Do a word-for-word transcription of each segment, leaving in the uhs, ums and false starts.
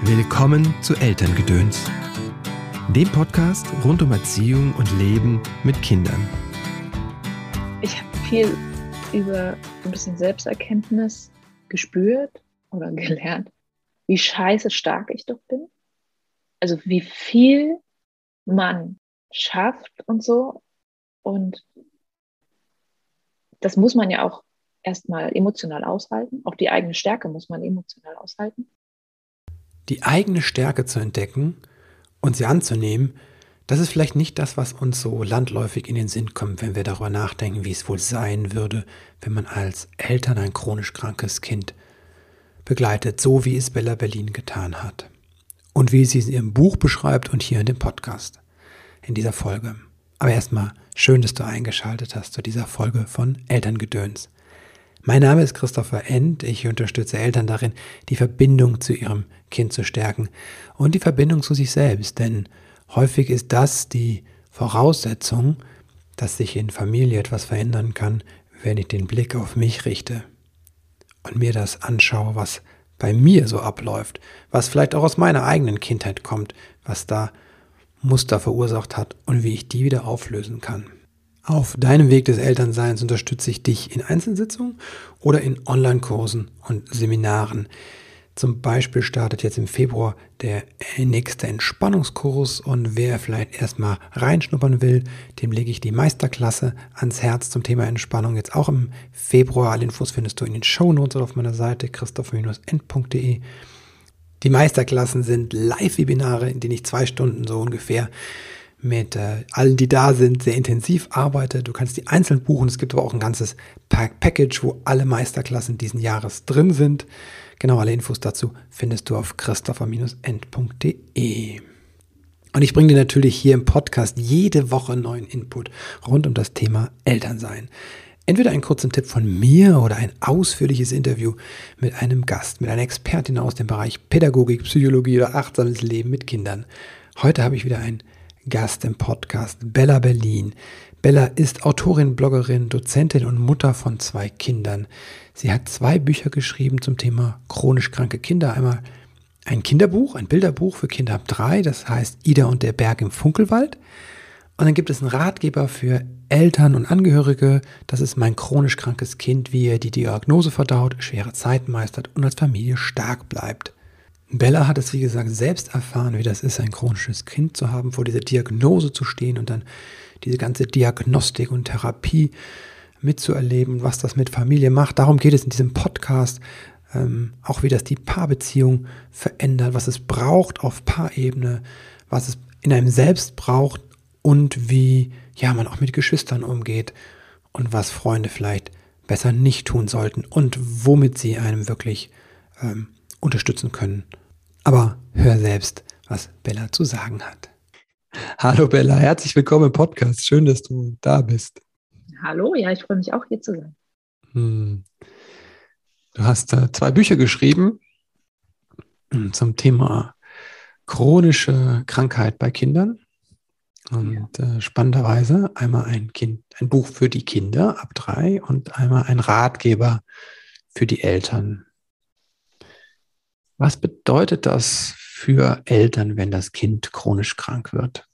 Willkommen zu Elterngedöns, dem Podcast rund um Erziehung und Leben mit Kindern. Ich habe viel über ein bisschen Selbsterkenntnis gespürt oder gelernt, wie scheiße stark ich doch bin. Also wie viel man schafft und so. Und das muss man ja auch erstmal emotional aushalten. Auch die eigene Stärke muss man emotional aushalten. Die eigene Stärke zu entdecken und sie anzunehmen, das ist vielleicht nicht das, was uns so landläufig in den Sinn kommt, wenn wir darüber nachdenken, wie es wohl sein würde, wenn man als Eltern ein chronisch krankes Kind begleitet, so wie es Bella Berlin getan hat. Und wie sie es in ihrem Buch beschreibt und hier in dem Podcast, in dieser Folge. Aber erstmal schön, dass du eingeschaltet hast zu dieser Folge von Elterngedöns. Mein Name ist Christopher End. Ich unterstütze Eltern darin, die Verbindung zu ihrem Kind zu stärken und die Verbindung zu sich selbst. Denn häufig ist das die Voraussetzung, dass sich in Familie etwas verändern kann, wenn ich den Blick auf mich richte und mir das anschaue, was bei mir so abläuft, was vielleicht auch aus meiner eigenen Kindheit kommt, was da Muster verursacht hat und wie ich die wieder auflösen kann. Auf deinem Weg des Elternseins unterstütze ich dich in Einzelsitzungen oder in Online-Kursen und Seminaren. Zum Beispiel startet jetzt im Februar der nächste Entspannungskurs und wer vielleicht erstmal reinschnuppern will, dem lege ich die Meisterklasse ans Herz zum Thema Entspannung. Jetzt auch im Februar. Alle Infos findest du in den Shownotes oder auf meiner Seite christopher end punkt de. Die Meisterklassen sind Live-Webinare, in denen ich zwei Stunden so ungefähr mit äh, allen, die da sind, sehr intensiv arbeite. Du kannst die einzeln buchen. Es gibt aber auch ein ganzes Package, wo alle Meisterklassen diesen Jahres drin sind. Genau, alle Infos dazu findest du auf christopher end punkt de. Und ich bringe dir natürlich hier im Podcast jede Woche neuen Input rund um das Thema Elternsein. Entweder einen kurzen Tipp von mir oder ein ausführliches Interview mit einem Gast, mit einer Expertin aus dem Bereich Pädagogik, Psychologie oder achtsames Leben mit Kindern. Heute habe ich wieder einen Gast im Podcast, Bella Berlin. Bella ist Autorin, Bloggerin, Dozentin und Mutter von zwei Kindern. Sie hat zwei Bücher geschrieben zum Thema chronisch kranke Kinder. Einmal ein Kinderbuch, ein Bilderbuch für Kinder ab drei, das heißt Ida und der Berg im Funkelwald. Und dann gibt es einen Ratgeber für Eltern und Angehörige, das ist Mein chronisch krankes Kind, wie er die Diagnose verdaut, schwere Zeiten meistert und als Familie stark bleibt. Bella hat es, wie gesagt, selbst erfahren, wie das ist, ein chronisches Kind zu haben, vor dieser Diagnose zu stehen und dann diese ganze Diagnostik und Therapie mitzuerleben, was das mit Familie macht. Darum geht es in diesem Podcast, ähm, auch wie das die Paarbeziehung verändert, was es braucht auf Paarebene, was es in einem selbst braucht und wie ja, man auch mit Geschwistern umgeht und was Freunde vielleicht besser nicht tun sollten und womit sie einem wirklich ähm, unterstützen können. Aber hör selbst, was Bella zu sagen hat. Hallo Bella, herzlich willkommen im Podcast. Schön, dass du da bist. Hallo, ja, ich freue mich auch hier zu sein. Hm. Du hast äh, zwei Bücher geschrieben zum Thema chronische Krankheit bei Kindern. Und äh, spannenderweise einmal ein Kind, ein Buch für die Kinder ab drei und einmal ein Ratgeber für die Eltern. Was bedeutet das für Eltern, wenn das Kind chronisch krank wird?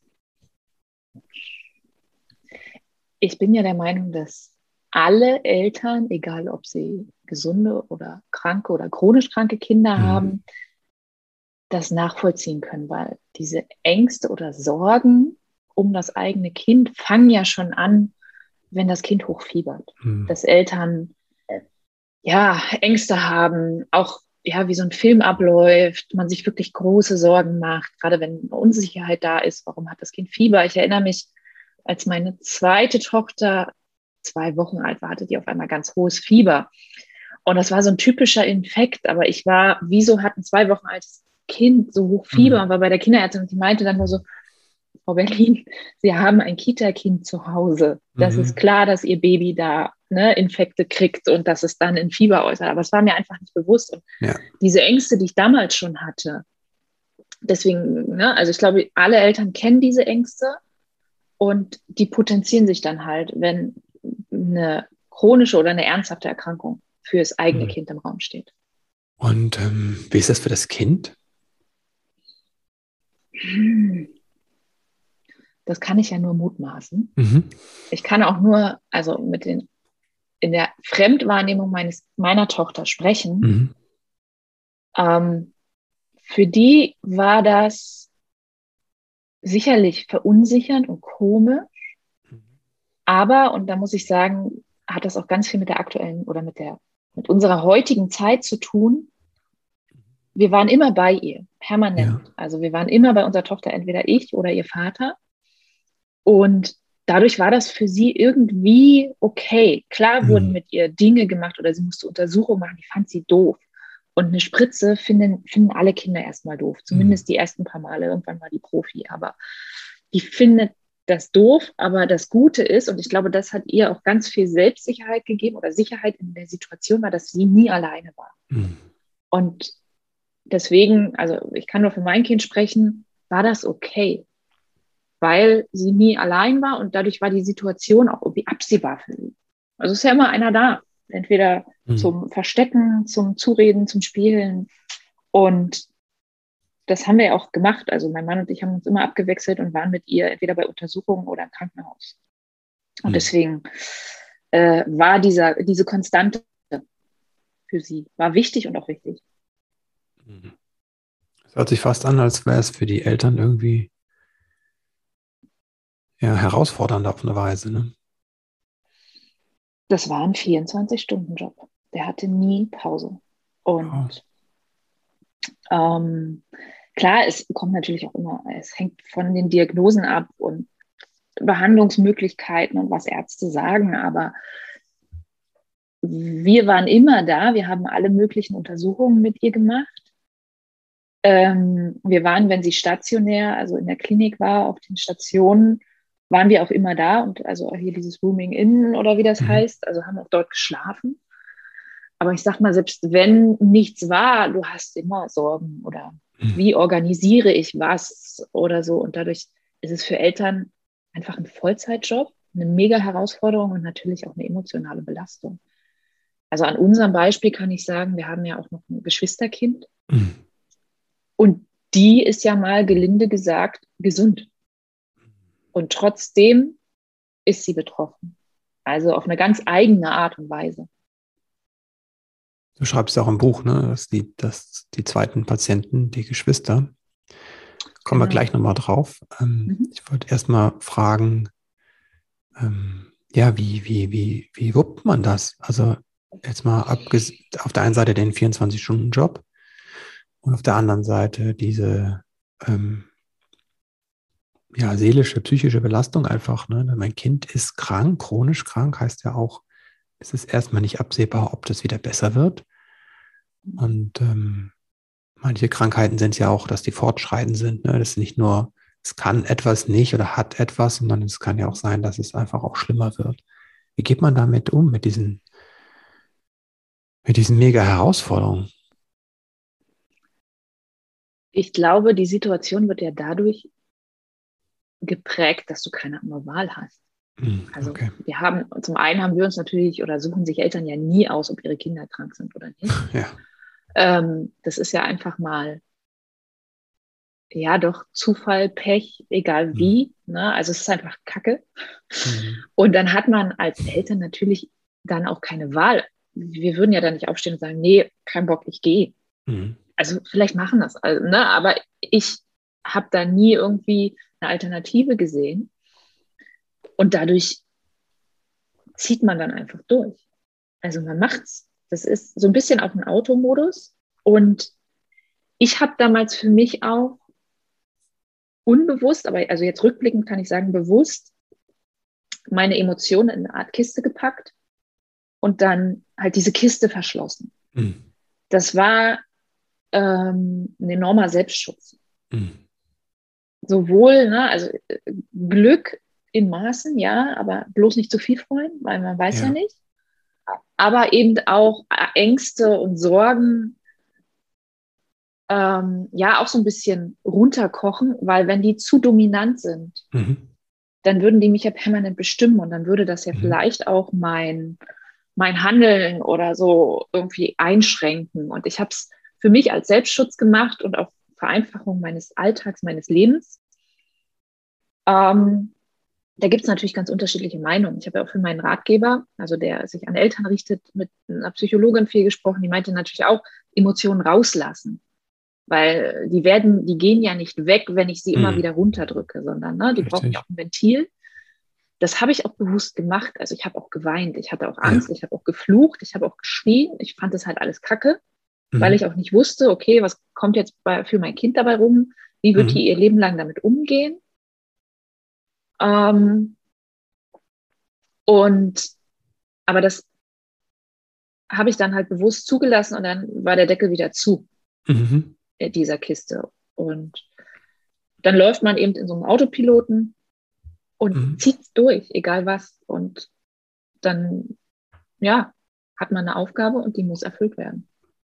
Ich bin ja der Meinung, dass alle Eltern, egal ob sie gesunde oder kranke oder chronisch kranke Kinder Mhm. haben, das nachvollziehen können, weil diese Ängste oder Sorgen um das eigene Kind fangen ja schon an, wenn das Kind hochfiebert. Mhm. Dass Eltern ja Ängste haben, auch ja, wie so ein Film abläuft, man sich wirklich große Sorgen macht, gerade wenn Unsicherheit da ist, warum hat das Kind Fieber? Ich erinnere mich, als meine zweite Tochter zwei Wochen alt war, hatte die auf einmal ganz hohes Fieber. Und das war so ein typischer Infekt, aber ich war, wieso hat ein zwei Wochen altes Kind so hoch Fieber? Mhm. Und war bei der Kinderärztin und die meinte dann nur so, Frau Berlin, Sie haben ein Kita-Kind zu Hause. Das mhm. ist klar, dass Ihr Baby da ne, Infekte kriegt und dass es dann in Fieber äußert. Aber es war mir einfach nicht bewusst. Und ja. diese Ängste, die ich damals schon hatte, deswegen, ne, also ich glaube, alle Eltern kennen diese Ängste und die potenzieren sich dann halt, wenn eine chronische oder eine ernsthafte Erkrankung für das eigene mhm. Kind im Raum steht. Und ähm, wie ist das für das Kind? Das kann ich ja nur mutmaßen. Mhm. Ich kann auch nur, also mit den, in der Fremdwahrnehmung meines, meiner Tochter sprechen. Mhm. Ähm, für die war das sicherlich verunsichernd und komisch. Aber, und da muss ich sagen, hat das auch ganz viel mit der aktuellen oder mit der, mit unserer heutigen Zeit zu tun. Wir waren immer bei ihr, permanent. Ja. Also wir waren immer bei unserer Tochter, entweder ich oder ihr Vater. Und dadurch war das für sie irgendwie okay. Klar wurden Mhm. mit ihr Dinge gemacht oder sie musste Untersuchungen machen, die fand sie doof. Und eine Spritze finden, finden alle Kinder erstmal doof. Mhm. Zumindest die ersten paar Male. Irgendwann war die Profi. Aber die findet das doof. Aber das Gute ist, und ich glaube, das hat ihr auch ganz viel Selbstsicherheit gegeben oder Sicherheit in der Situation, war, dass sie nie alleine war. Mhm. Und deswegen, also ich kann nur für mein Kind sprechen, war das okay, weil sie nie allein war und dadurch war die Situation auch irgendwie absehbar für sie. Also ist ja immer einer da, entweder Mhm. zum Verstecken, zum Zureden, zum Spielen. Und das haben wir ja auch gemacht. Also mein Mann und ich haben uns immer abgewechselt und waren mit ihr entweder bei Untersuchungen oder im Krankenhaus. Und Mhm. deswegen äh, war dieser, diese Konstante für sie, war wichtig und auch wichtig. Mhm. Es hört sich fast an, als wäre es für die Eltern irgendwie ja, herausfordernd auf eine Weise, ne? Das war ein vierundzwanzig-Stunden-Job. Der hatte nie Pause. Wow. Und ähm, klar, es kommt natürlich auch immer, es hängt von den Diagnosen ab und Behandlungsmöglichkeiten und was Ärzte sagen, aber wir waren immer da, wir haben alle möglichen Untersuchungen mit ihr gemacht. Ähm, wir waren, wenn sie stationär, also in der Klinik war, auf den Stationen, waren wir auch immer da und also hier dieses Rooming In oder wie das Mhm. heißt, also haben auch dort geschlafen. Aber ich sag mal, selbst wenn nichts war, du hast immer Sorgen oder Mhm. wie organisiere ich was oder so. Und dadurch ist es für Eltern einfach ein Vollzeitjob, eine mega Herausforderung und natürlich auch eine emotionale Belastung. Also an unserem Beispiel kann ich sagen, wir haben ja auch noch ein Geschwisterkind Mhm. und die ist ja mal gelinde gesagt gesund. Und trotzdem ist sie betroffen. Also auf eine ganz eigene Art und Weise. Du schreibst ja auch im Buch, ne, dass die, dass die zweiten Patienten, die Geschwister, kommen wir Genau. gleich nochmal drauf. Ähm, Mhm. ich wollte erstmal fragen, ähm, ja, wie, wie, wie, wie wuppt man das? Also jetzt mal abges auf der einen Seite den vierundzwanzig-Stunden-Job und auf der anderen Seite diese ähm, ja, seelische, psychische Belastung einfach. Ne? Mein Kind ist krank, chronisch krank, heißt ja auch, es ist erstmal nicht absehbar, ob das wieder besser wird. Und ähm, manche Krankheiten sind ja auch, dass die fortschreitend sind. Ne? Das ist nicht nur, es kann etwas nicht oder hat etwas, sondern es kann ja auch sein, dass es einfach auch schlimmer wird. Wie geht man damit um, mit diesen, mit diesen mega Herausforderungen? Ich glaube, die Situation wird ja dadurch geprägt, dass du keine andere Wahl hast. Hm, Also okay. wir haben, zum einen haben wir uns natürlich oder suchen sich Eltern ja nie aus, ob ihre Kinder krank sind oder nicht. Ja. Ähm, das ist ja einfach mal, ja doch, Zufall, Pech, egal Hm. wie. Ne? Also es ist einfach Kacke. Hm. Und dann hat man als Eltern natürlich dann auch keine Wahl. Wir würden ja dann nicht aufstehen und sagen, nee, kein Bock, ich gehe. Hm. Also vielleicht machen das, also, ne? Aber ich habe da nie irgendwie eine Alternative gesehen. Und dadurch zieht man dann einfach durch. Also man macht's. Das ist so ein bisschen auch ein Automodus. Und ich habe damals für mich auch unbewusst, aber also jetzt rückblickend kann ich sagen, bewusst meine Emotionen in eine Art Kiste gepackt und dann halt diese Kiste verschlossen. Hm. Das war ähm, ein enormer Selbstschutz. Hm. Sowohl, ne, also äh, Glück in Maßen, ja, aber bloß nicht zu viel freuen, weil man weiß ja Ja. nicht. Aber eben auch Ängste und Sorgen, ähm, ja, auch so ein bisschen runterkochen, weil wenn die zu dominant sind, Mhm. dann würden die mich ja permanent bestimmen und dann würde das ja Mhm. vielleicht auch mein, mein Handeln oder so irgendwie einschränken. Und ich habe es für mich als Selbstschutz gemacht und auch Vereinfachung meines Alltags, meines Lebens. Ähm, da gibt es natürlich ganz unterschiedliche Meinungen. Ich habe ja auch für meinen Ratgeber, also der sich an Eltern richtet, mit einer Psychologin viel gesprochen, die meinte natürlich auch, Emotionen rauslassen. Weil die werden, die gehen ja nicht weg, wenn ich sie immer Mhm. wieder runterdrücke, sondern ne, die brauchen ja Richtig. auch ein Ventil. Das habe ich auch bewusst gemacht. Also ich habe auch geweint, ich hatte auch Ja. Angst, ich habe auch geflucht, ich habe auch geschrien. Ich fand das halt alles kacke, weil Mhm. ich auch nicht wusste, okay, was kommt jetzt bei, für mein Kind dabei rum? Wie wird die Mhm. ihr Leben lang damit umgehen? Ähm, und aber das habe ich dann halt bewusst zugelassen und dann war der Deckel wieder zu, Mhm. äh, dieser Kiste. Und dann läuft man eben in so einem Autopiloten und Mhm. zieht es durch, egal was. Und dann, ja, hat man eine Aufgabe und die muss erfüllt werden.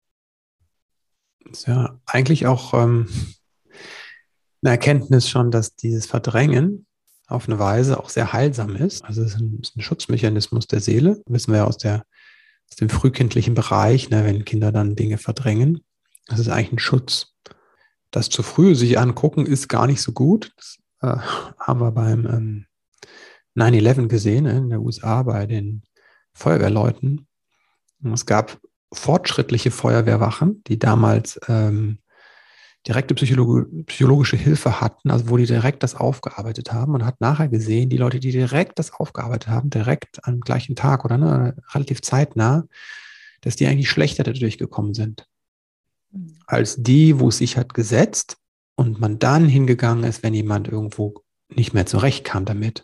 Ist ja eigentlich auch ähm, eine Erkenntnis schon, dass dieses Verdrängen auf eine Weise auch sehr heilsam ist. Also es ist ein, ist ein Schutzmechanismus der Seele, wissen wir ja aus der, aus dem frühkindlichen Bereich, ne, wenn Kinder dann Dinge verdrängen. Das ist eigentlich ein Schutz. Das zu früh sich angucken ist gar nicht so gut. Das äh, haben wir beim ähm, neun elf gesehen, ne, in der U S A bei den Feuerwehrleuten. Und es gab fortschrittliche Feuerwehrwachen, die damals ähm, direkte Psycholo psychologische Hilfe hatten, also wo die direkt das aufgearbeitet haben und hat nachher gesehen, die Leute, die direkt das aufgearbeitet haben, direkt am gleichen Tag oder ne, relativ zeitnah, dass die eigentlich schlechter dadurch gekommen sind, als die, wo es sich hat gesetzt und man dann hingegangen ist, wenn jemand irgendwo nicht mehr zurechtkam damit.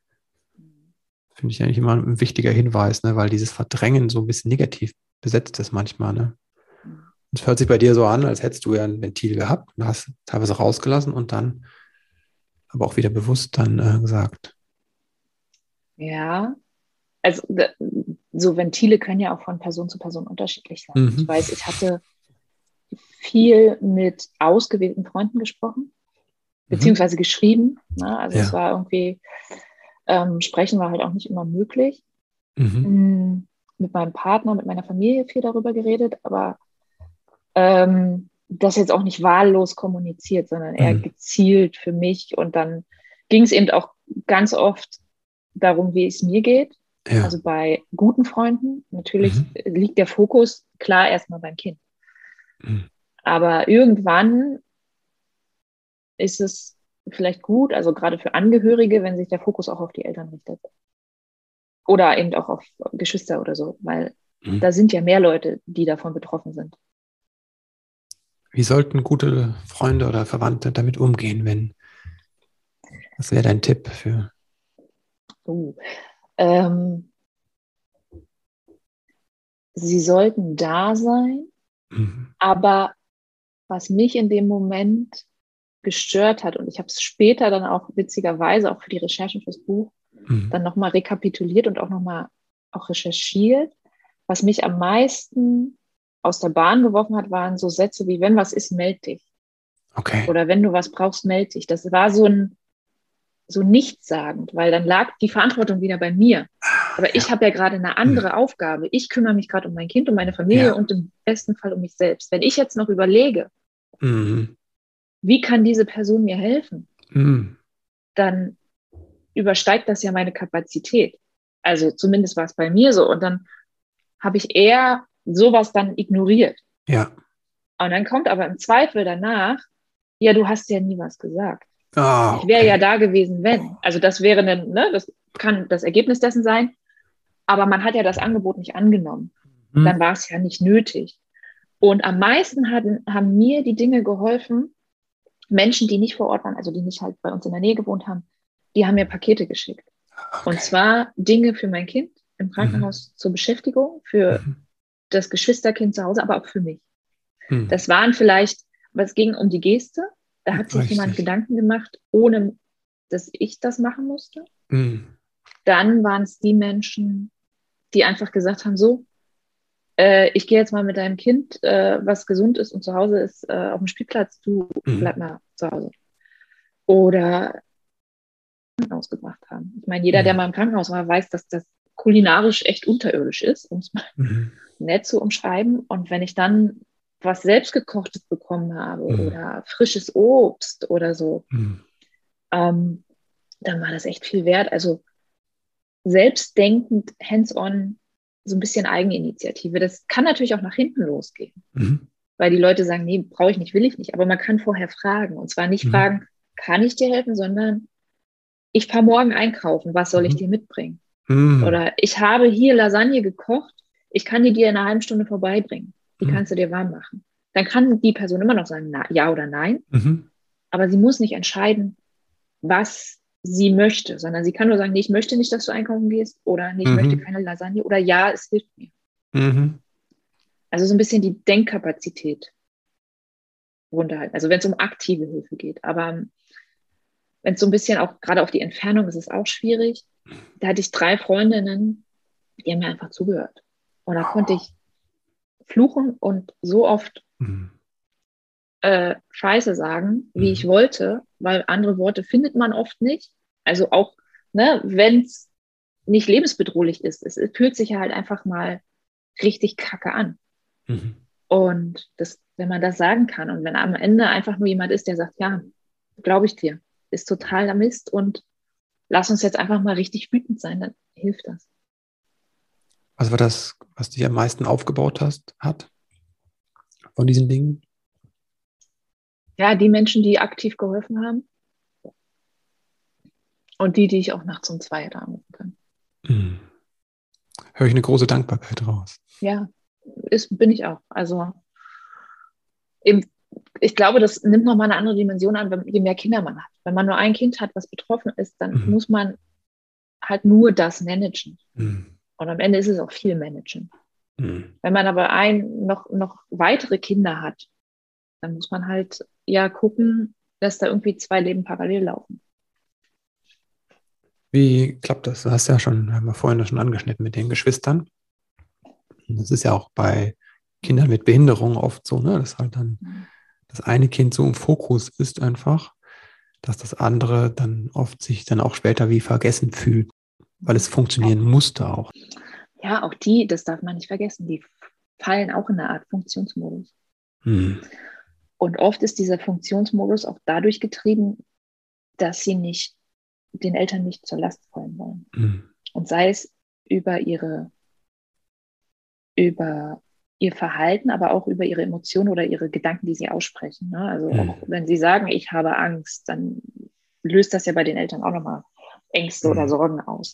Finde ich eigentlich immer ein wichtiger Hinweis, ne, weil dieses Verdrängen so ein bisschen negativ besetzt ist manchmal. Ne? Es hört sich bei dir so an, als hättest du ja ein Ventil gehabt und hast teilweise rausgelassen und dann aber auch wieder bewusst dann äh, gesagt. Ja, also so Ventile können ja auch von Person zu Person unterschiedlich sein. Ich Mhm. weiß, ich hatte viel mit ausgewählten Freunden gesprochen, Mhm. beziehungsweise geschrieben. Ne? Also es Ja. war irgendwie, ähm, sprechen war halt auch nicht immer möglich. Mhm. Mhm. Mit meinem Partner, mit meiner Familie viel darüber geredet, aber ähm, das jetzt auch nicht wahllos kommuniziert, sondern eher Mhm. gezielt für mich. Und dann ging es eben auch ganz oft darum, wie es mir geht. Ja. Also bei guten Freunden, natürlich Mhm. liegt der Fokus klar erstmal beim Kind. Mhm. Aber irgendwann ist es vielleicht gut, also gerade für Angehörige, wenn sich der Fokus auch auf die Eltern richtet. Oder eben auch auf Geschwister oder so, weil Mhm. da sind ja mehr Leute, die davon betroffen sind. Wie sollten gute Freunde oder Verwandte damit umgehen, wenn, was wäre dein Tipp für? Uh. Ähm, sie sollten da sein, Mhm. aber was mich in dem Moment gestört hat, und ich habe es später dann auch witzigerweise, auch für die Recherchen fürs Buch, Mhm. dann nochmal rekapituliert und auch nochmal auch recherchiert. Was mich am meisten aus der Bahn geworfen hat, waren so Sätze wie, wenn was ist, meld dich. Okay. Oder wenn du was brauchst, meld dich. Das war so ein so nichtssagend, weil dann lag die Verantwortung wieder bei mir. Aber ich Ja. habe ja gerade eine Mhm. andere Aufgabe. Ich kümmere mich gerade um mein Kind, um meine Familie Ja. und im besten Fall um mich selbst. Wenn ich jetzt noch überlege, Mhm. wie kann diese Person mir helfen, Mhm. dann übersteigt das ja meine Kapazität. Also zumindest war es bei mir so. Und dann habe ich eher sowas dann ignoriert. Ja. Und dann kommt aber im Zweifel danach, ja, du hast ja nie was gesagt. Ah, Ich wäre ja okay. da gewesen, wenn. Also das wäre dann, ne, das kann das Ergebnis dessen sein. Aber man hat ja das Angebot nicht angenommen. Dann Mhm. war es ja nicht nötig. Und am meisten hatten, haben mir die Dinge geholfen, Menschen, die nicht vor Ort waren, also die nicht halt bei uns in der Nähe gewohnt haben, die haben mir Pakete geschickt. Und Okay. zwar Dinge für mein Kind im Mhm. Krankenhaus zur Beschäftigung, für Mhm. das Geschwisterkind zu Hause, aber auch für mich. Mhm. Das waren vielleicht, was ging um die Geste. Da hat sich jemand Richtig. Gedanken gemacht, ohne dass ich das machen musste. Mhm. Dann waren es die Menschen, die einfach gesagt haben, so, äh, ich gehe jetzt mal mit deinem Kind, äh, was gesund ist und zu Hause ist, äh, auf dem Spielplatz, du bleib Mhm. mal zu Hause. Oder Krankenhaus gebracht haben. Ich meine, jeder, der Mhm. mal im Krankenhaus war, weiß, dass das kulinarisch echt unterirdisch ist, um es mal Mhm. nett zu umschreiben. Und wenn ich dann was selbstgekochtes bekommen habe Mhm. oder frisches Obst oder so, Mhm. ähm, dann war das echt viel wert. Also selbstdenkend, hands-on, so ein bisschen Eigeninitiative. Das kann natürlich auch nach hinten losgehen, Mhm. weil die Leute sagen, nee, brauche ich nicht, will ich nicht. Aber man kann vorher fragen. Und zwar nicht Mhm. fragen, kann ich dir helfen, sondern ich fahre morgen einkaufen, was soll ich Mhm. dir mitbringen? Mhm. Oder ich habe hier Lasagne gekocht, ich kann die dir in einer halben Stunde vorbeibringen. Die Mhm. kannst du dir warm machen. Dann kann die Person immer noch sagen, na, ja oder nein, Mhm. aber sie muss nicht entscheiden, was sie möchte, sondern sie kann nur sagen, nee, ich möchte nicht, dass du einkaufen gehst oder nee, ich möchte Mhm. keine Lasagne oder ja, es hilft mir. Mhm. Also so ein bisschen die Denkkapazität runterhalten. Also wenn es um aktive Hilfe geht. Aber wenn es so ein bisschen auch gerade auf die Entfernung ist, ist es auch schwierig. Da hatte ich drei Freundinnen, die haben mir einfach zugehört. Und da konnte ich fluchen und so oft Mhm. äh, Scheiße sagen, wie ich Mhm. wollte, weil andere Worte findet man oft nicht. Also auch, ne, wenn es nicht lebensbedrohlich ist, es, es fühlt sich ja halt einfach mal richtig kacke an. Mhm. Und das, wenn man das sagen kann und wenn am Ende einfach nur jemand ist, der sagt, ja, glaube ich dir, ist totaler Mist und lass uns jetzt einfach mal richtig wütend sein, dann hilft das. Was war das, was dich am meisten aufgebaut hast, hat von diesen Dingen? Ja, die Menschen, die aktiv geholfen haben und die, die ich auch nachts um zwei da anrufen kann. Mhm. Höre ich eine große Dankbarkeit raus. Ja, ist, bin ich auch. Also eben, ich glaube, das nimmt nochmal eine andere Dimension an, wenn, je mehr Kinder man hat. Wenn man nur ein Kind hat, was betroffen ist, dann Mhm. muss man halt nur das managen. Mhm. Und am Ende ist es auch viel managen. Mhm. Wenn man aber ein, noch, noch weitere Kinder hat, dann muss man halt ja gucken, dass da irgendwie zwei Leben parallel laufen. Wie klappt das? Du hast ja schon, haben wir vorhin schon angeschnitten mit den Geschwistern. Das ist ja auch bei Kindern mit Behinderung oft so, ne? Dass halt dann das eine Kind so im Fokus ist einfach, dass das andere dann oft sich dann auch später wie vergessen fühlt, weil es funktionieren musste auch. Ja, auch die, das darf man nicht vergessen, die fallen auch in eine Art Funktionsmodus. Hm. Und oft ist dieser Funktionsmodus auch dadurch getrieben, dass sie nicht den Eltern nicht zur Last fallen wollen. Hm. Und sei es über ihre, über ihr Verhalten, aber auch über ihre Emotionen oder ihre Gedanken, die sie aussprechen. Ne? Also Hm. auch wenn sie sagen, ich habe Angst, dann löst das ja bei den Eltern auch nochmal Ängste Hm. oder Sorgen aus.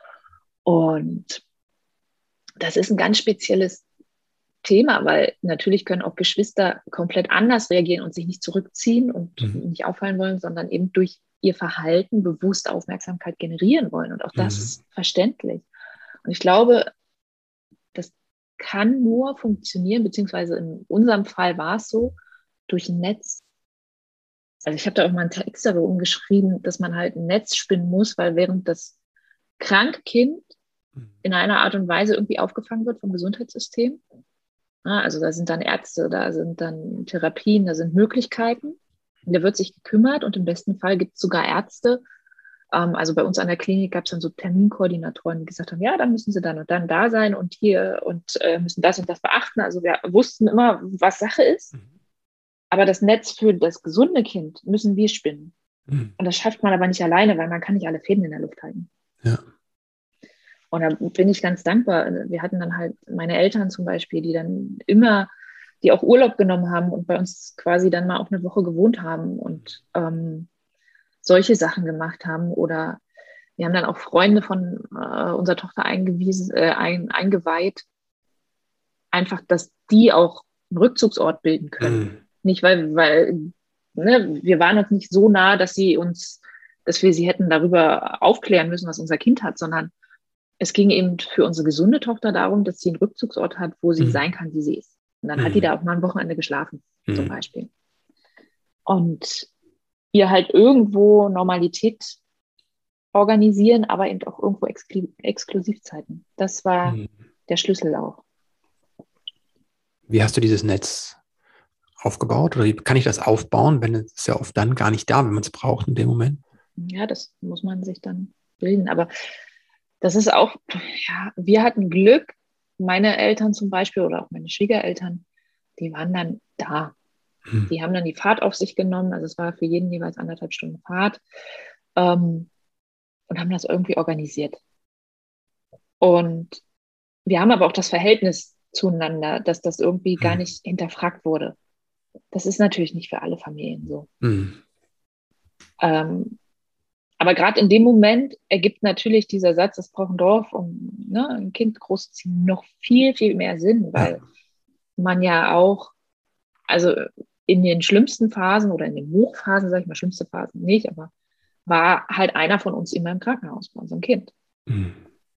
Und das ist ein ganz spezielles Thema, weil natürlich können auch Geschwister komplett anders reagieren und sich nicht zurückziehen und Hm. nicht auffallen wollen, sondern eben durch ihr Verhalten bewusst Aufmerksamkeit generieren wollen. Und auch das Hm. ist verständlich. Und ich glaube, das kann nur funktionieren, beziehungsweise in unserem Fall war es so, durch ein Netz. Also ich habe da auch mal einen Text darüber umgeschrieben, dass man halt ein Netz spinnen muss, weil während das kranke Kind in einer Art und Weise irgendwie aufgefangen wird vom Gesundheitssystem, also da sind dann Ärzte, da sind dann Therapien, da sind Möglichkeiten. Da wird sich gekümmert und im besten Fall gibt es sogar Ärzte. Ähm, also bei uns an der Klinik gab es dann so Terminkoordinatoren, die gesagt haben, ja, dann müssen sie dann und dann da sein und hier und äh, müssen das und das beachten. Also wir wussten immer, was Sache ist. Aber das Netz für das gesunde Kind müssen wir spinnen. Hm. Und das schafft man aber nicht alleine, weil man kann nicht alle Fäden in der Luft halten. Ja. Und da bin ich ganz dankbar. Wir hatten dann halt meine Eltern zum Beispiel, die dann immer, die auch Urlaub genommen haben und bei uns quasi dann mal auch eine Woche gewohnt haben und ähm, solche Sachen gemacht haben. Oder wir haben dann auch Freunde von äh, unserer Tochter eingewiesen, äh, ein, eingeweiht, einfach, dass die auch einen Rückzugsort bilden können. Hm. Nicht, weil, weil ne, wir waren uns nicht so nah, dass sie uns, dass wir sie hätten darüber aufklären müssen, was unser Kind hat, sondern es ging eben für unsere gesunde Tochter darum, dass sie einen Rückzugsort hat, wo sie Hm. sein kann, wie sie ist. Und dann hat die Hm. da auch mal ein Wochenende geschlafen, Hm. zum Beispiel. Und ihr halt irgendwo Normalität organisieren, aber eben auch irgendwo Exklu- Exklusivzeiten. Das war Hm. der Schlüssel auch. Wie hast du dieses Netz aufgebaut? Oder wie kann ich das aufbauen, wenn es ist ja oft dann gar nicht da, wenn man es braucht in dem Moment? Ja, das muss man sich dann bilden. Aber das ist auch, ja, wir hatten Glück, meine Eltern zum Beispiel oder auch meine Schwiegereltern, die waren dann da. Hm. Die haben dann die Fahrt auf sich genommen, also es war für jeden jeweils anderthalb Stunden Fahrt, ähm, und haben das irgendwie organisiert. Und wir haben aber auch das Verhältnis zueinander, dass das irgendwie gar Hm. nicht hinterfragt wurde. Das ist natürlich nicht für alle Familien so. Hm. Ähm, aber gerade in dem Moment ergibt natürlich dieser Satz, es braucht ein Dorf, um ne, ein Kind großzuziehen, noch viel, viel mehr Sinn, Ja. weil man ja auch, also in den schlimmsten Phasen oder in den Hochphasen, sage ich mal, schlimmste Phasen nicht, aber war halt einer von uns immer im Krankenhaus bei unserem Kind. Hm.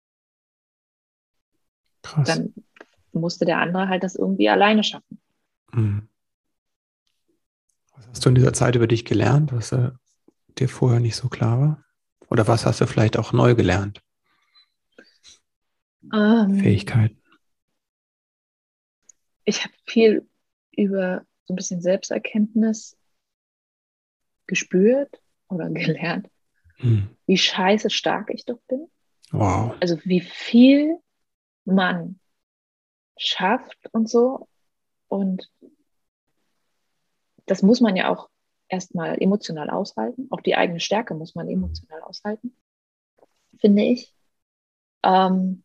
Krass. Dann musste der andere halt das irgendwie alleine schaffen. Hm. Was hast du in dieser Zeit über dich gelernt, was äh, dir vorher nicht so klar war? Oder was hast du vielleicht auch neu gelernt? Ähm, Fähigkeiten. ich habe viel über so ein bisschen Selbsterkenntnis gespürt oder gelernt, Hm. wie scheiße stark ich doch bin. Wow. Also wie viel man schafft und so. Und das muss man ja auch erstmal emotional aushalten. Auch die eigene Stärke muss man emotional aushalten, finde ich. Ähm,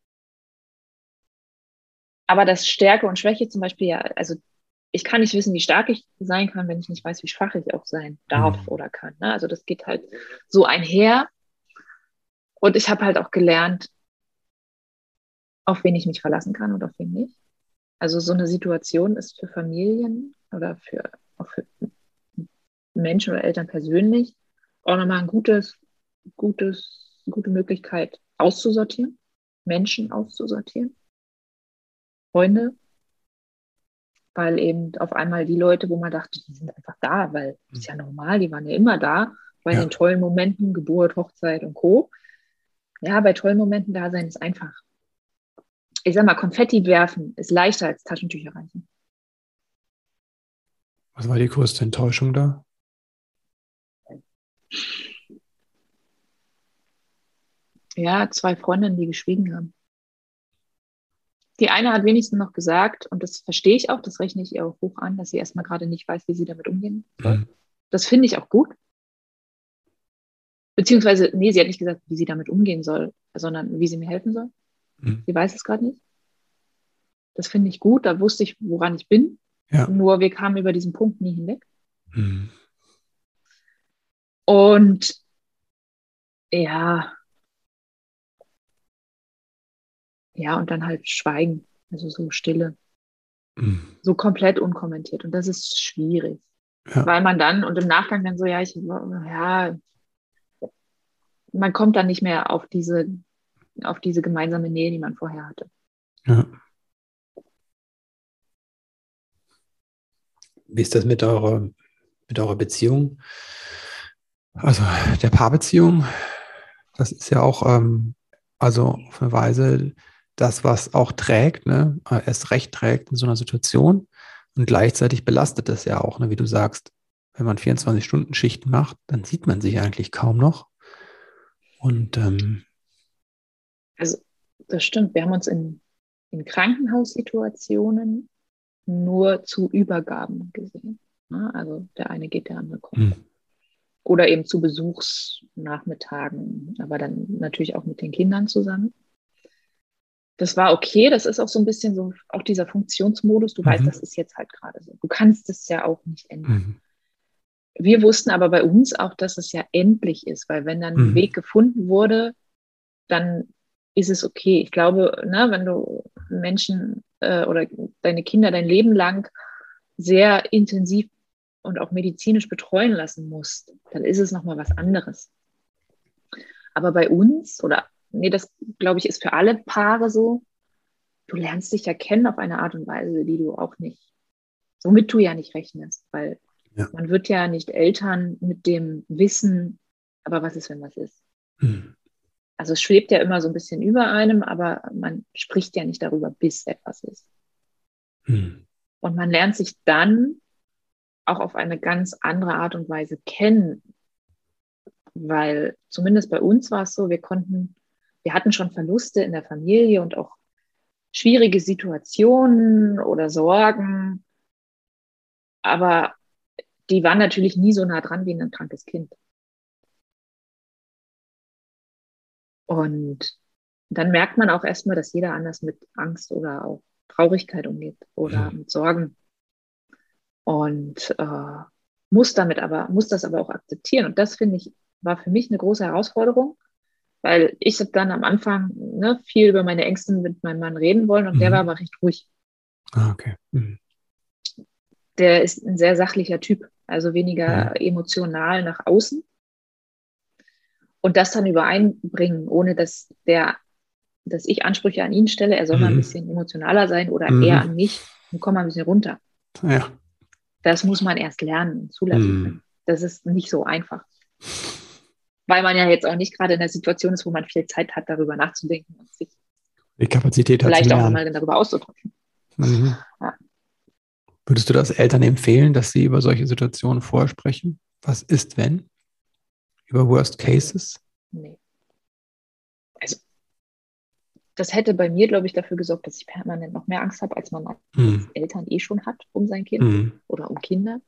aber das Stärke und Schwäche zum Beispiel, ja, also ich kann nicht wissen, wie stark ich sein kann, wenn ich nicht weiß, wie schwach ich auch sein darf Hm. oder kann. Ne? Also das geht halt so einher. Und ich habe halt auch gelernt, auf wen ich mich verlassen kann und auf wen nicht. Also so eine Situation ist für Familien oder für, auch für Menschen oder Eltern persönlich auch nochmal ein gutes, gutes, gute Möglichkeit auszusortieren, Menschen auszusortieren, Freunde, weil eben auf einmal die Leute, wo man dachte, die sind einfach da, weil das ist ja normal, die waren ja immer da, bei Ja. den tollen Momenten, Geburt, Hochzeit und Co. Ja, bei tollen Momenten da sein ist einfach. Ich sag mal, Konfetti werfen ist leichter als Taschentücher reichen. Was war die größte Enttäuschung da? Ja, zwei Freundinnen, die geschwiegen haben. Die eine hat wenigstens noch gesagt, und das verstehe ich auch, das rechne ich ihr auch hoch an, dass sie erstmal gerade nicht weiß, wie sie damit umgehen soll. Hm. Das finde ich auch gut. Beziehungsweise, nee, sie hat nicht gesagt, wie sie damit umgehen soll, sondern wie sie mir helfen soll. Hm. Sie weiß es gerade nicht. Das finde ich gut, da wusste ich, woran ich bin. Ja. Nur wir kamen über diesen Punkt nie hinweg. Hm. Und ja, ja, und dann halt Schweigen, also so Stille, Hm. so komplett unkommentiert. Und das ist schwierig, Ja. weil man dann und im Nachgang dann so, ja, ich, ja, man kommt dann nicht mehr auf diese, auf diese gemeinsame Nähe, die man vorher hatte. Ja. Wie ist das mit eurer, mit eurer Beziehung? Also der Paarbeziehung, das ist ja auch, ähm, also auf eine Weise das, was auch trägt, ne? Erst recht trägt in so einer Situation und gleichzeitig belastet es ja auch, ne? Wie du sagst, wenn man vierundzwanzig-Stunden-Schichten macht, dann sieht man sich eigentlich kaum noch. Und ähm, Also das stimmt, wir haben uns in, in Krankenhaussituationen nur zu Übergaben gesehen. Ne? Also der eine geht, der andere kommt. hm. Oder eben zu Besuchsnachmittagen, aber dann natürlich auch mit den Kindern zusammen. Das war okay, das ist auch so ein bisschen so, auch dieser Funktionsmodus, du weißt, Mhm. das ist jetzt halt gerade so. Du kannst es ja auch nicht ändern. Mhm. Wir wussten aber bei uns auch, dass es ja endlich ist, weil wenn dann ein Mhm. Weg gefunden wurde, dann ist es okay. Ich glaube, ne, wenn du Menschen äh, oder deine Kinder dein Leben lang sehr intensiv und auch medizinisch betreuen lassen musst, dann ist es nochmal was anderes. Aber bei uns, oder nee, das glaube ich, ist für alle Paare so, du lernst dich ja kennen auf eine Art und Weise, die du auch nicht, womit du ja nicht rechnest, weil Ja. man wird ja nicht Eltern mit dem Wissen, aber was ist, wenn was ist? Mhm. Also es schwebt ja immer so ein bisschen über einem, aber man spricht ja nicht darüber, bis etwas ist. Mhm. Und man lernt sich dann auch auf eine ganz andere Art und Weise kennen, weil zumindest bei uns war es so, wir konnten, wir hatten schon Verluste in der Familie und auch schwierige Situationen oder Sorgen. aber die waren natürlich nie so nah dran wie ein krankes Kind. Und dann merkt man auch erstmal, dass jeder anders mit Angst oder auch Traurigkeit umgeht oder Mhm. mit Sorgen. Und äh, muss damit aber, muss das aber auch akzeptieren. Und das, finde ich, war für mich eine große Herausforderung, weil ich habe dann am Anfang ne, viel über meine Ängste mit meinem Mann reden wollen und Mhm. der war aber recht ruhig. Ah, okay. Mhm. Der ist ein sehr sachlicher Typ, also weniger Mhm. emotional nach außen. Und das dann übereinbringen, ohne dass der, dass ich Ansprüche an ihn stelle, er soll mal ein Mhm. bisschen emotionaler sein oder er Mhm. an mich, und komm mal ein bisschen runter. Ja. Das muss man erst lernen und zulassen Mhm. können. Das ist nicht so einfach. Weil man ja jetzt auch nicht gerade in der Situation ist, wo man viel Zeit hat, darüber nachzudenken und sich Die Kapazität hat zum vielleicht auch Lernen. nochmal darüber auszudrücken. Mhm. Ja. Würdest du das Eltern empfehlen, dass sie über solche Situationen vorher sprechen? Was ist, wenn? Über Worst Cases? Nee. Also, das hätte bei mir, glaube ich, dafür gesorgt, dass ich permanent noch mehr Angst habe, als man als Mhm. Eltern eh schon hat um sein Kind Mhm. oder um Kinder.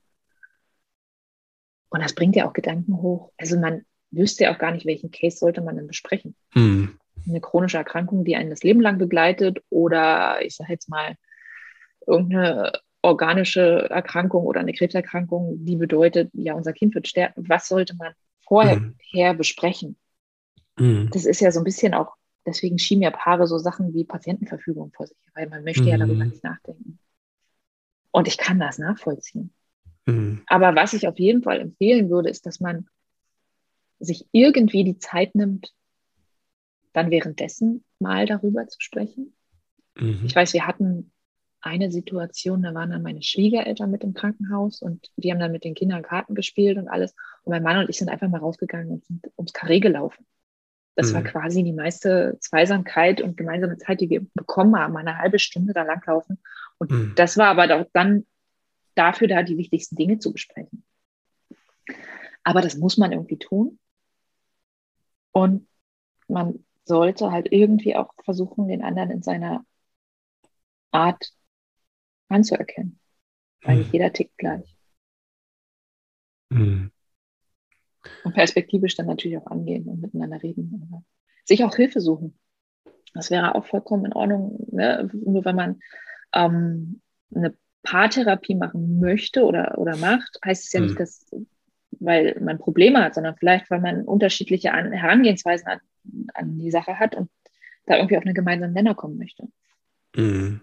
Und das bringt ja auch Gedanken hoch. Also man wüsste ja auch gar nicht, welchen Case sollte man denn besprechen. Mhm. Eine chronische Erkrankung, die einen das Leben lang begleitet oder ich sage jetzt mal irgendeine organische Erkrankung oder eine Krebserkrankung, die bedeutet, ja, unser Kind wird sterben. Was sollte man vorher Mhm. besprechen? Mhm. Das ist ja so ein bisschen auch, deswegen schieben ja Paare so Sachen wie Patientenverfügung vor sich, weil man möchte ja darüber Mhm. nicht nachdenken. Und ich kann das nachvollziehen. Mhm. Aber was ich auf jeden Fall empfehlen würde, ist, dass man sich irgendwie die Zeit nimmt, dann währenddessen mal darüber zu sprechen. Ich Mhm. weiß, wir hatten eine Situation, da waren dann meine Schwiegereltern mit im Krankenhaus und die haben dann mit den Kindern Karten gespielt und alles. Und mein Mann und ich sind einfach mal rausgegangen und sind ums Karree gelaufen. Das war Mhm. quasi die meiste Zweisamkeit und gemeinsame Zeit, die wir bekommen haben, eine halbe Stunde da langlaufen. Und Mhm. das war aber auch dann dafür da, die wichtigsten Dinge zu besprechen. Aber das muss man irgendwie tun. Und man sollte halt irgendwie auch versuchen, den anderen in seiner Art anzuerkennen. Weil nicht Mhm. jeder tickt gleich. Mhm. Und perspektivisch dann natürlich auch angehen und miteinander reden. Oder sich auch Hilfe suchen. Das wäre auch vollkommen in Ordnung. Ne? Nur wenn man ähm, eine Paartherapie machen möchte oder, oder macht, heißt es ja nicht, Mhm. dass, weil man Probleme hat, sondern vielleicht, weil man unterschiedliche an, Herangehensweisen an, an die Sache hat und da irgendwie auf einen gemeinsamen Nenner kommen möchte. Mhm.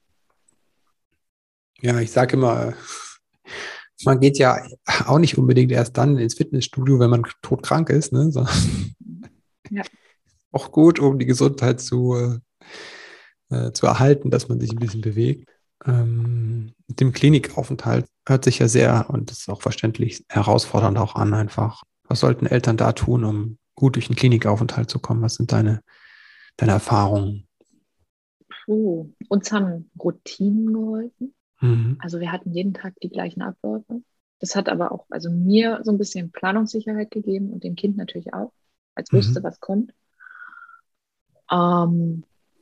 Ja, ich sage immer, man geht ja auch nicht unbedingt erst dann ins Fitnessstudio, wenn man todkrank ist, ne? Sondern Ja. auch gut, um die Gesundheit zu, äh, zu erhalten, dass man sich ein bisschen bewegt. Ähm, mit dem Klinikaufenthalt hört sich ja sehr, und das ist auch verständlich, herausfordernd auch an einfach. Was sollten Eltern da tun, um gut durch den Klinikaufenthalt zu kommen? Was sind deine, deine Erfahrungen? Puh. Uns haben Routinen geholfen. Mhm. Also wir hatten jeden Tag die gleichen Abläufe. Das hat aber auch, also mir so ein bisschen Planungssicherheit gegeben und dem Kind natürlich auch, als wusste, Mhm. was kommt. Ähm,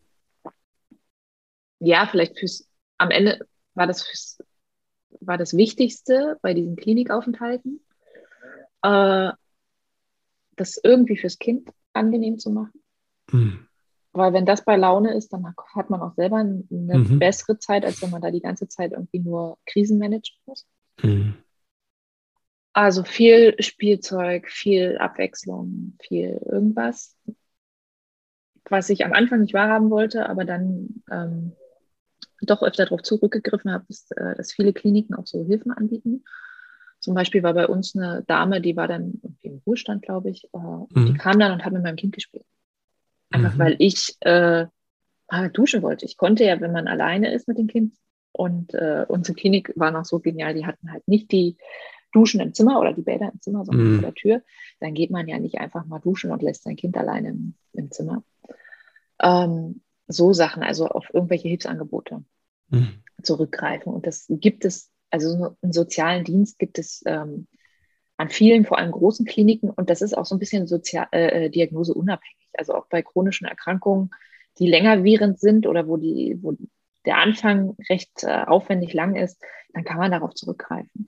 ja, vielleicht fürs, am Ende war das fürs, war das Wichtigste bei diesen Klinikaufenthalten, äh, das irgendwie fürs Kind angenehm zu machen. Mhm. Weil wenn das bei Laune ist, dann hat man auch selber eine Mhm. bessere Zeit, als wenn man da die ganze Zeit irgendwie nur Krisen managen muss. Mhm. Also viel Spielzeug, viel Abwechslung, viel irgendwas, was ich am Anfang nicht wahrhaben wollte, aber dann ähm, doch öfter darauf zurückgegriffen habe, ist, äh, dass viele Kliniken auch so Hilfen anbieten. Zum Beispiel war bei uns eine Dame, die war dann irgendwie im Ruhestand, glaube ich, äh, und die Mhm. kam dann und hat mit meinem Kind gespielt. Einfach Mhm. weil ich äh, mal duschen wollte. Ich konnte ja, wenn man alleine ist mit dem Kind, und äh, unsere Klinik war noch so genial, die hatten halt nicht die Duschen im Zimmer oder die Bäder im Zimmer, sondern vor Mhm. der Tür. Dann geht man ja nicht einfach mal duschen und lässt sein Kind alleine im, im Zimmer. Ähm, so Sachen, also auf irgendwelche Hilfsangebote Mhm. zurückgreifen. Und das gibt es, also so einen sozialen Dienst gibt es ähm, an vielen, vor allem großen Kliniken. Und das ist auch so ein bisschen sozial, äh, diagnoseunabhängig. Also auch bei chronischen Erkrankungen, die länger während sind oder wo die, wo der Anfang recht äh, aufwendig lang ist, dann kann man darauf zurückgreifen.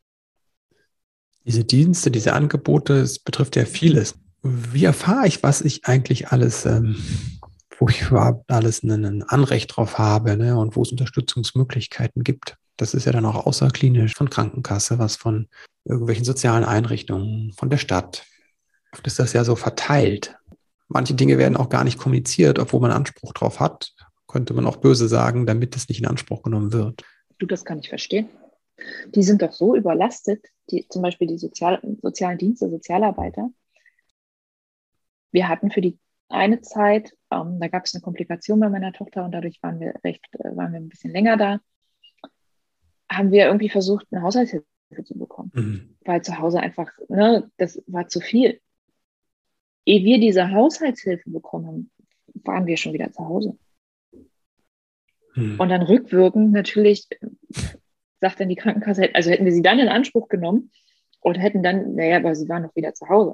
Diese Dienste, diese Angebote, es betrifft ja vieles. Wie erfahre ich, was ich eigentlich alles, ähm, wo ich überhaupt alles ein Anrecht drauf habe, ne, und wo es Unterstützungsmöglichkeiten gibt? Das ist ja dann auch außerklinisch von Krankenkasse, was von irgendwelchen sozialen Einrichtungen, von der Stadt. Oft ist das ja so verteilt. Manche Dinge werden auch gar nicht kommuniziert, obwohl man Anspruch drauf hat. Könnte man auch böse sagen, damit es nicht in Anspruch genommen wird. Du, das kann ich verstehen. Die sind doch so überlastet, die, zum Beispiel die Sozial sozialen Dienste, Sozialarbeiter. Wir hatten für die eine Zeit, ähm, da gab es eine Komplikation bei meiner Tochter und dadurch waren wir recht, äh, waren wir ein bisschen länger da, haben wir irgendwie versucht, eine Haushaltshilfe zu bekommen. Mhm. Weil zu Hause einfach, ne, das war zu viel. Ehe wir diese Haushaltshilfe bekommen haben, waren wir schon wieder zu Hause. Mhm. Und dann rückwirkend natürlich, sagt dann die Krankenkasse, also hätten wir sie dann in Anspruch genommen und hätten dann, naja, aber sie waren noch wieder zu Hause.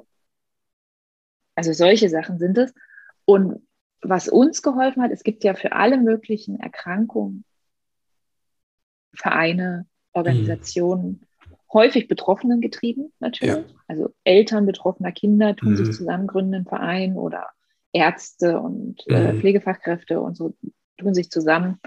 Also solche Sachen sind es. Und was uns geholfen hat, es gibt ja für alle möglichen Erkrankungen Vereine, Organisationen, mhm. häufig Betroffenen getrieben natürlich. Ja. Also Eltern betroffener Kinder tun mhm. sich zusammen, gründen einen Verein oder Ärzte und mhm. äh, Pflegefachkräfte und so tun sich zusammen.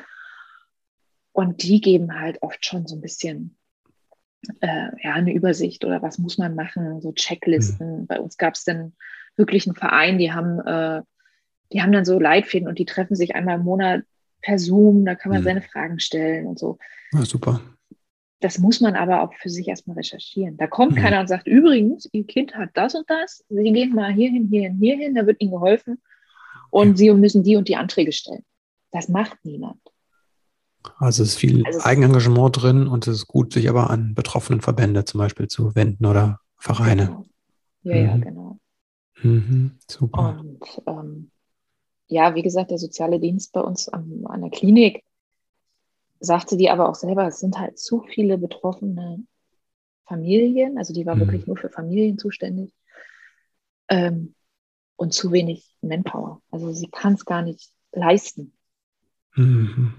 Und die geben halt oft schon so ein bisschen äh, ja, eine Übersicht oder was muss man machen, so Checklisten. Mhm. Bei uns gab es dann wirklich einen Verein, die haben, äh, die haben dann so Leitfäden und die treffen sich einmal im Monat per Zoom, da kann man mhm. seine Fragen stellen und so. Ja, super. Das muss man aber auch für sich erstmal recherchieren. Da kommt mhm. keiner und sagt, übrigens, Ihr Kind hat das und das, Sie gehen mal hierhin, hierhin, hierhin, da wird Ihnen geholfen und okay. Sie müssen die und die Anträge stellen. Das macht niemand. Also es ist viel also Eigenengagement drin und es ist gut, sich aber an betroffenen Verbände zum Beispiel zu wenden oder Vereine. Genau. Ja, mhm. ja, genau. Mhm. Super. Und ähm, ja, wie gesagt, der soziale Dienst bei uns an, an der Klinik sagte die aber auch selber, es sind halt zu viele betroffene Familien, also die war mhm. wirklich nur für Familien zuständig ähm, und zu wenig Manpower. Also sie kann es gar nicht leisten. Mhm.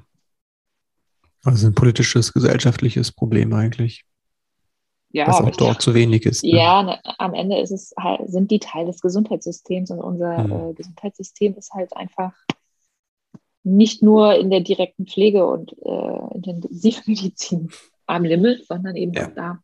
Also ein politisches, gesellschaftliches Problem eigentlich. Ja, dass auch dort ich, zu wenig ist. Ne? Ja, ne, am Ende ist es halt, sind die Teil des Gesundheitssystems und unser mhm. äh, Gesundheitssystem ist halt einfach nicht nur in der direkten Pflege und äh, Intensivmedizin am Limit, sondern eben ja. auch da.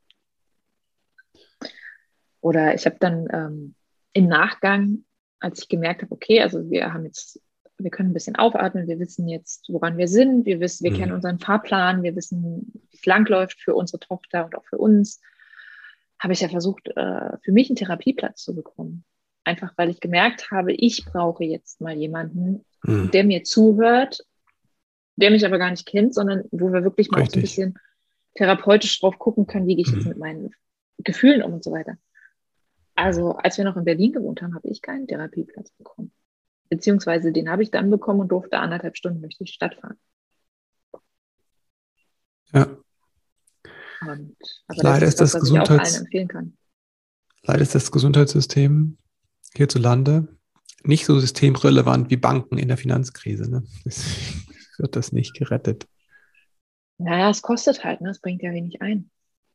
Oder ich habe dann ähm, im Nachgang, als ich gemerkt habe, okay, also wir haben jetzt, wir können ein bisschen aufatmen, wir wissen jetzt, woran wir sind, wir wissen, wir mhm. kennen unseren Fahrplan, wir wissen, wie es langläuft für unsere Tochter und auch für uns, habe ich ja versucht, äh, für mich einen Therapieplatz zu bekommen. Einfach, weil ich gemerkt habe, ich brauche jetzt mal jemanden, mhm. der mir zuhört, der mich aber gar nicht kennt, sondern wo wir wirklich mal auch so ein bisschen therapeutisch drauf gucken können, wie gehe ich mhm. jetzt mit meinen Gefühlen um und so weiter. Also als wir noch in Berlin gewohnt haben, habe ich keinen Therapieplatz bekommen. Beziehungsweise den habe ich dann bekommen und durfte anderthalb Stunden durch die Stadt fahren. Ja. Und, aber leider das ist, ist das, was, was Gesundheits- ich auch allen empfehlen kann. Leider ist das Gesundheitssystem hierzulande nicht so systemrelevant wie Banken in der Finanzkrise. Ne? Deswegen wird das nicht gerettet. Naja, es kostet halt, ne? Es bringt ja wenig ein.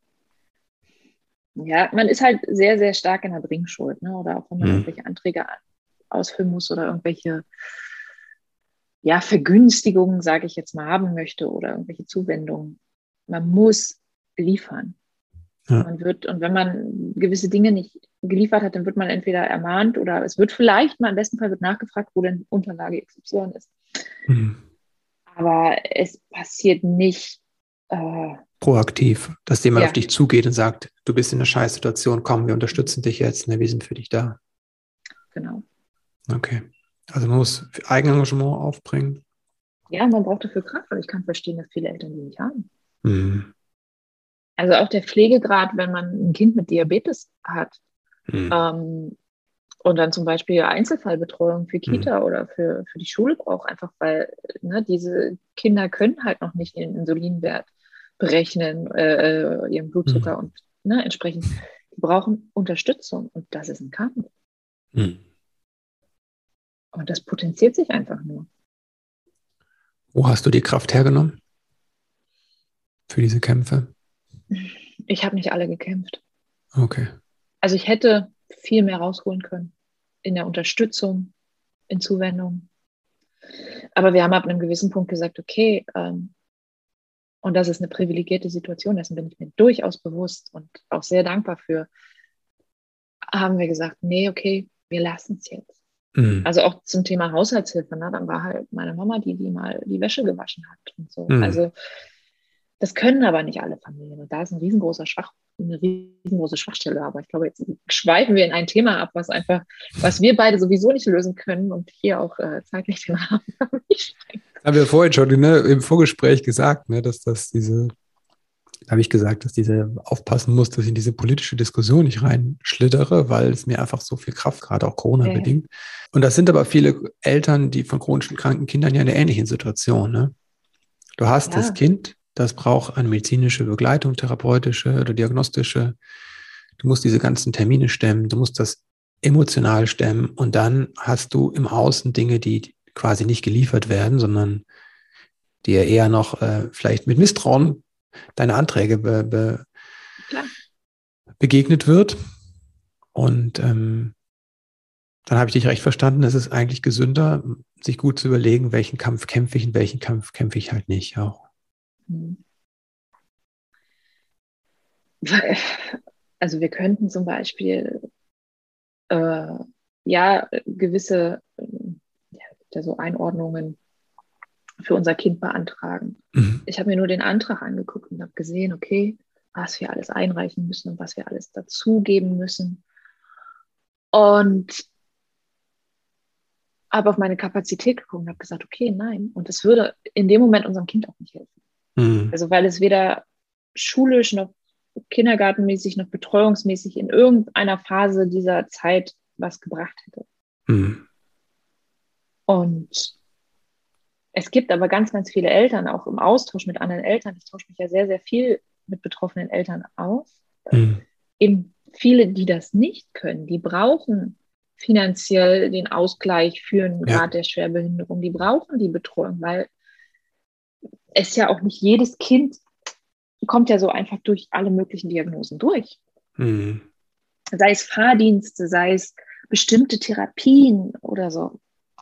Ja, man ist halt sehr, sehr stark in der Bringschuld, ne? Oder auch wenn man hm. irgendwelche Anträge ausfüllen muss oder irgendwelche ja, Vergünstigungen, sage ich jetzt mal, haben möchte oder irgendwelche Zuwendungen. Man muss liefern. Ja. Man wird, und wenn man gewisse Dinge nicht geliefert hat, dann wird man entweder ermahnt oder es wird vielleicht mal, im besten Fall wird nachgefragt, wo denn Unterlage X Y ist. Hm. Aber es passiert nicht äh, proaktiv, dass jemand ja. auf dich zugeht und sagt, du bist in einer Scheißsituation, komm, wir unterstützen dich jetzt, ne, wir sind für dich da. Genau. Okay. Also man muss Eigenengagement aufbringen. Ja, man braucht dafür Kraft, aber ich kann verstehen, dass viele Eltern die nicht haben. Mhm. Also auch der Pflegegrad, wenn man ein Kind mit Diabetes hat mhm. ähm, und dann zum Beispiel Einzelfallbetreuung für Kita mhm. oder für, für die Schule braucht, einfach weil ne, diese Kinder können halt noch nicht ihren Insulinwert berechnen, äh, ihren Blutzucker mhm. und ne, entsprechend, die brauchen Unterstützung und das ist ein Kampf. Mhm. Und das potenziert sich einfach nur. Wo hast du die Kraft hergenommen für diese Kämpfe? Ich habe nicht alle gekämpft. Okay. Also ich hätte viel mehr rausholen können in der Unterstützung, in Zuwendung. Aber wir haben ab einem gewissen Punkt gesagt, okay, ähm, und das ist eine privilegierte Situation, dessen bin ich mir durchaus bewusst und auch sehr dankbar für, haben wir gesagt, nee, okay, wir lassen es jetzt. Mhm. Also auch zum Thema Haushaltshilfe, ne? Dann war halt meine Mama, die, die mal die Wäsche gewaschen hat und so. Mhm. Also das können aber nicht alle Familien. Und da ist ein riesengroßer Schwach, eine riesengroße Schwachstelle. Aber ich glaube, jetzt schweifen wir in ein Thema ab, was einfach, was wir beide sowieso nicht lösen können und hier auch äh, zeitlich den Rahmen nicht sprengen. Haben wir vorhin schon, ne, im Vorgespräch gesagt, ne, dass das diese, habe ich gesagt, dass diese aufpassen muss, dass ich in diese politische Diskussion nicht reinschlittere, weil es mir einfach so viel Kraft, gerade auch Corona-bedingt. Ja. Und das sind aber viele Eltern, die von chronisch kranken Kindern ja in einer ähnlichen Situation. Ne? Du hast ja. das Kind, das braucht eine medizinische Begleitung, therapeutische oder diagnostische. Du musst diese ganzen Termine stemmen, du musst das emotional stemmen und dann hast du im Außen Dinge, die quasi nicht geliefert werden, sondern dir eher noch äh, vielleicht mit Misstrauen deine Anträge be, be, begegnet wird. Und ähm, dann habe ich dich recht verstanden, es ist eigentlich gesünder, sich gut zu überlegen, welchen Kampf kämpfe ich und welchen Kampf kämpfe ich halt nicht auch. Also wir könnten zum Beispiel äh, ja gewisse ja, so Einordnungen für unser Kind beantragen. Mhm. Ich habe mir nur den Antrag angeguckt und habe gesehen, okay, was wir alles einreichen müssen und was wir alles dazugeben müssen. Und habe auf meine Kapazität geguckt und habe gesagt, okay, nein. Und das würde in dem Moment unserem Kind auch nicht helfen. Mhm. Also weil es weder schulisch noch kindergartenmäßig noch betreuungsmäßig in irgendeiner Phase dieser Zeit was gebracht hätte. Mhm. Und es gibt aber ganz, ganz viele Eltern, auch im Austausch mit anderen Eltern. Ich tausche mich ja sehr, sehr viel mit betroffenen Eltern aus. Mhm. Eben viele, die das nicht können, die brauchen finanziell den Ausgleich für einen ja. Grad der Schwerbehinderung. Die brauchen die Betreuung, weil es ja auch nicht jedes Kind kommt ja so einfach durch alle möglichen Diagnosen durch. Mhm. Sei es Fahrdienste, sei es bestimmte Therapien oder so.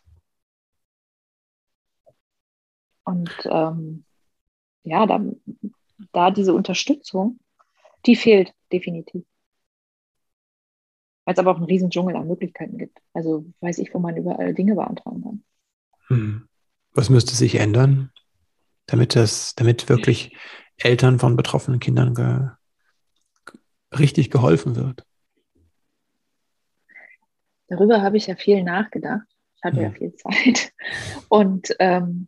Und ähm, ja, da, da diese Unterstützung, die fehlt definitiv. Weil es aber auch einen riesen Dschungel an Möglichkeiten gibt. Also weiß ich, wo man überall Dinge beantragen kann. Hm. Was müsste sich ändern, damit das, damit wirklich Eltern von betroffenen Kindern ge, richtig geholfen wird? Darüber habe ich ja viel nachgedacht. Ich hatte hm. ja viel Zeit. Und ähm,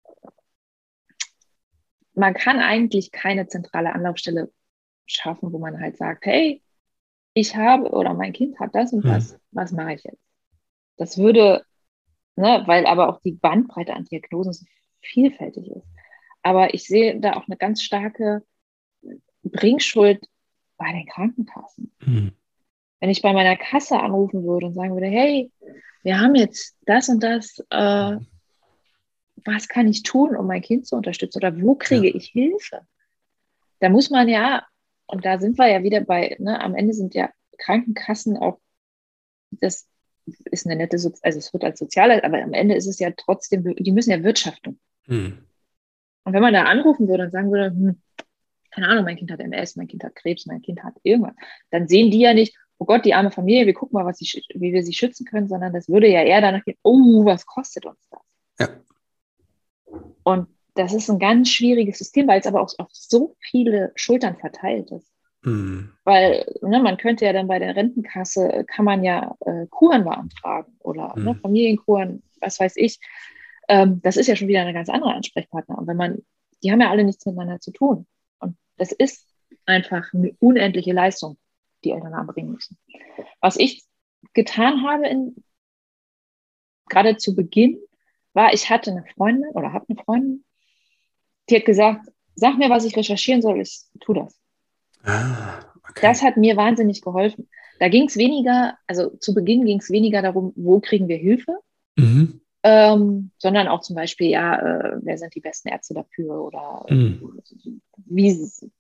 man kann eigentlich keine zentrale Anlaufstelle schaffen, wo man halt sagt, hey, ich habe oder mein Kind hat das und hm. das, was mache ich jetzt? Das würde, ne, weil aber auch die Bandbreite an Diagnosen so vielfältig ist. Aber ich sehe da auch eine ganz starke Bringschuld bei den Krankenkassen. Hm. Wenn ich bei meiner Kasse anrufen würde und sagen würde, hey, wir haben jetzt das und das, äh, was kann ich tun, um mein Kind zu unterstützen oder wo kriege ja. ich Hilfe? Da muss man ja, und da sind wir ja wieder bei, ne, am Ende sind ja Krankenkassen auch, das ist eine nette, also es wird als Sozialleistung, aber am Ende ist es ja trotzdem, die müssen ja wirtschaften. Hm. Und wenn man da anrufen würde und sagen würde, hm, keine Ahnung, mein Kind hat M S, mein Kind hat Krebs, mein Kind hat irgendwas, dann sehen die ja nicht, oh Gott, die arme Familie, wir gucken mal, was sie, wie wir sie schützen können, sondern das würde ja eher danach gehen, oh, was kostet uns das? Ja. Und das ist ein ganz schwieriges System, weil es aber auch auf so viele Schultern verteilt ist. Mhm. Weil ne, man könnte ja dann bei der Rentenkasse, kann man ja äh, Kuren beantragen oder mhm. ne, Familienkuren, was weiß ich. Ähm, das ist ja schon wieder eine ganz andere Ansprechpartner. Und wenn man, die haben ja alle nichts miteinander zu tun. Und das ist einfach eine unendliche Leistung, die Eltern anbringen müssen. Was ich getan habe, in, gerade zu Beginn, war, ich hatte eine Freundin oder habe eine Freundin, die hat gesagt, sag mir, was ich recherchieren soll, ich tue das. Ah, okay. Das hat mir wahnsinnig geholfen. Da ging es weniger, also zu Beginn ging es weniger darum, wo kriegen wir Hilfe, mhm. ähm, sondern auch zum Beispiel, ja, äh, wer sind die besten Ärzte dafür oder Mhm. wie,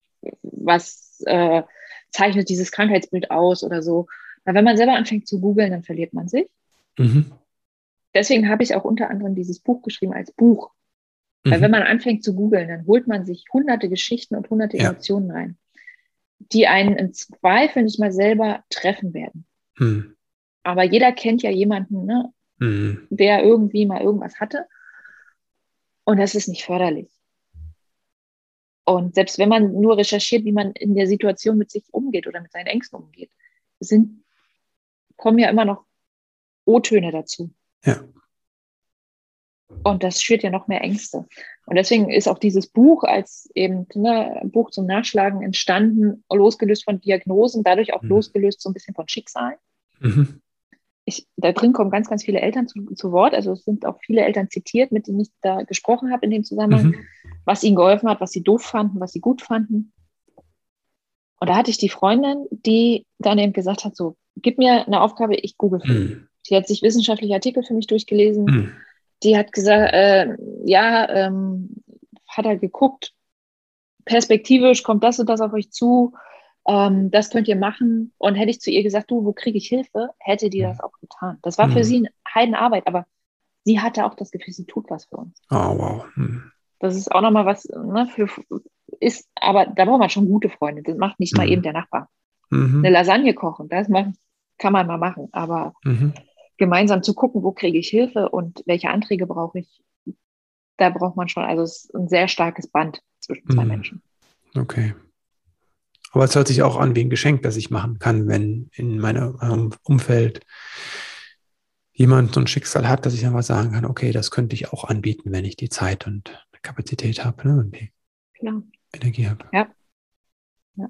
was äh, zeichnet dieses Krankheitsbild aus oder so. Weil wenn man selber anfängt zu googeln, dann verliert man sich. Mhm. Deswegen habe ich auch unter anderem dieses Buch geschrieben als Buch. Weil wenn Mhm. man anfängt zu googeln, dann holt man sich hunderte Geschichten und hunderte Ja. Emotionen rein, die einen im Zweifel nicht mal selber treffen werden. Mhm. Aber jeder kennt ja jemanden, ne, Mhm. der irgendwie mal irgendwas hatte. Und das ist nicht förderlich. Und selbst wenn man nur recherchiert, wie man in der Situation mit sich umgeht oder mit seinen Ängsten umgeht, sind, kommen ja immer noch O-Töne dazu. Ja. Und das schürt ja noch mehr Ängste. Und deswegen ist auch dieses Buch als eben ne, ein Buch zum Nachschlagen entstanden, losgelöst von Diagnosen, dadurch auch Mhm. losgelöst so ein bisschen von Schicksal. Mhm. Ich, da drin kommen ganz, ganz viele Eltern zu, zu Wort. Also es sind auch viele Eltern zitiert, mit denen ich da gesprochen habe in dem Zusammenhang, Mhm. was ihnen geholfen hat, was sie doof fanden, was sie gut fanden. Und da hatte ich die Freundin, die dann eben gesagt hat, so, gib mir eine Aufgabe, ich google für dich. Mhm. Die hat sich wissenschaftliche Artikel für mich durchgelesen. Mhm. Die hat gesagt, äh, ja, ähm, hat er geguckt, perspektivisch kommt das und das auf euch zu, ähm, das könnt ihr machen. Und hätte ich zu ihr gesagt, du, wo kriege ich Hilfe, hätte die das auch getan. Das war für Mhm. sie eine Heidenarbeit, aber sie hatte auch das Gefühl, sie tut was für uns. Oh, wow. Mhm. Das ist auch nochmal was, ne, für, ist, aber da braucht man schon gute Freunde. Das macht nicht mal eben Mhm. der Nachbar. Eine Mhm. Lasagne kochen, das macht, kann man mal machen, aber Mhm. gemeinsam zu gucken, wo kriege ich Hilfe und welche Anträge brauche ich, da braucht man schon, also es ist ein sehr starkes Band zwischen zwei Mhm. Menschen. Okay. Aber es hört sich auch an wie ein Geschenk, das ich machen kann, wenn in meinem ähm, Umfeld jemand so ein Schicksal hat, dass ich einfach sagen kann, okay, das könnte ich auch anbieten, wenn ich die Zeit und die Kapazität habe, ne, und die Klar. Energie habe. Ja, ja.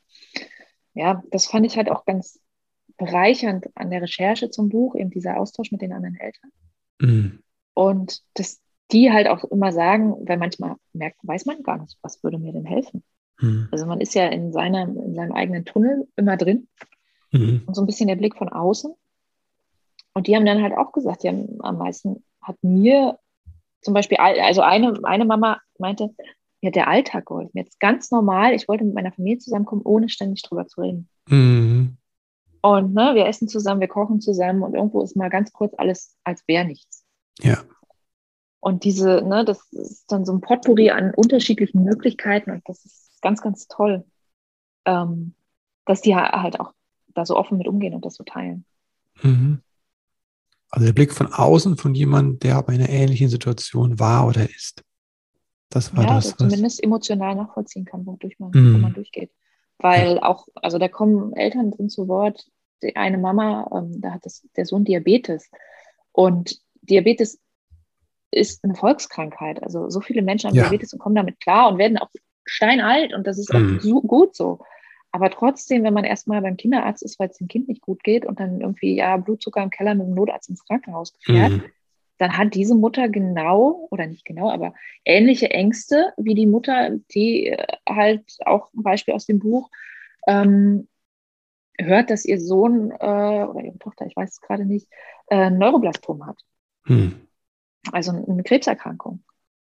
Ja, das fand ich halt auch ganz bereichernd an der Recherche zum Buch, eben dieser Austausch mit den anderen Eltern. Mhm. Und dass die halt auch immer sagen, weil manchmal merkt, weiß man gar nicht, was würde mir denn helfen. Mhm. Also man ist ja in, seiner, in seinem eigenen Tunnel immer drin Mhm. und so ein bisschen der Blick von außen. Und die haben dann halt auch gesagt, die haben am meisten hat mir zum Beispiel, also eine, eine Mama meinte, mir hat der Alltag geholfen. Jetzt ganz normal, ich wollte mit meiner Familie zusammenkommen, ohne ständig drüber zu reden. Mhm. Und ne, wir essen zusammen, wir kochen zusammen und irgendwo ist mal ganz kurz alles, als wäre nichts. Ja. Und diese, ne, das ist dann so ein Potpourri an unterschiedlichen Möglichkeiten und das ist ganz, ganz toll, ähm, dass die halt auch da so offen mit umgehen und das so teilen. Mhm. Also der Blick von außen von jemandem, der aber in einer ähnlichen Situation war oder ist. Das war Ja, oder das, was. zumindest emotional nachvollziehen kann, wodurch man, wo man Mhm. durchgeht. Ja. Weil auch, also da kommen Eltern drin zu Wort. Die eine Mama, ähm, da hat das, der Sohn Diabetes. Und Diabetes ist eine Volkskrankheit. Also so viele Menschen haben Ja. Diabetes und kommen damit klar und werden auch steinalt und das ist auch Mhm. so, gut so. Aber trotzdem, wenn man erstmal beim Kinderarzt ist, weil es dem Kind nicht gut geht und dann irgendwie ja Blutzucker im Keller mit dem Notarzt ins Krankenhaus fährt, Mhm. dann hat diese Mutter genau, oder nicht genau, aber ähnliche Ängste wie die Mutter, die äh, halt auch ein Beispiel aus dem Buch ähm, hört, dass ihr Sohn äh, oder ihre Tochter, ich weiß es gerade nicht, äh, ein Neuroblastom hat, Mhm. also eine Krebserkrankung.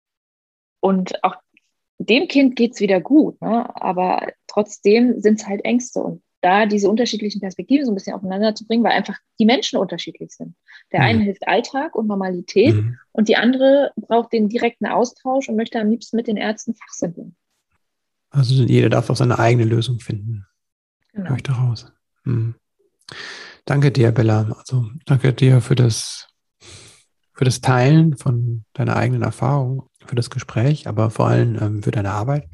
Und auch dem Kind geht es wieder gut, ne? Aber trotzdem sind es halt Ängste. Und da diese unterschiedlichen Perspektiven so ein bisschen aufeinander zu bringen, weil einfach die Menschen unterschiedlich sind. Der eine Mhm. hilft Alltag und Normalität Mhm. und die andere braucht den direkten Austausch und möchte am liebsten mit den Ärzten fachsimpeln. Also jeder darf auch seine eigene Lösung finden. Höre ich Genau. daraus. Mhm. Danke dir, Bella. Also danke dir für das, für das Teilen von deiner eigenen Erfahrung, für das Gespräch, aber vor allem ähm, für deine Arbeit,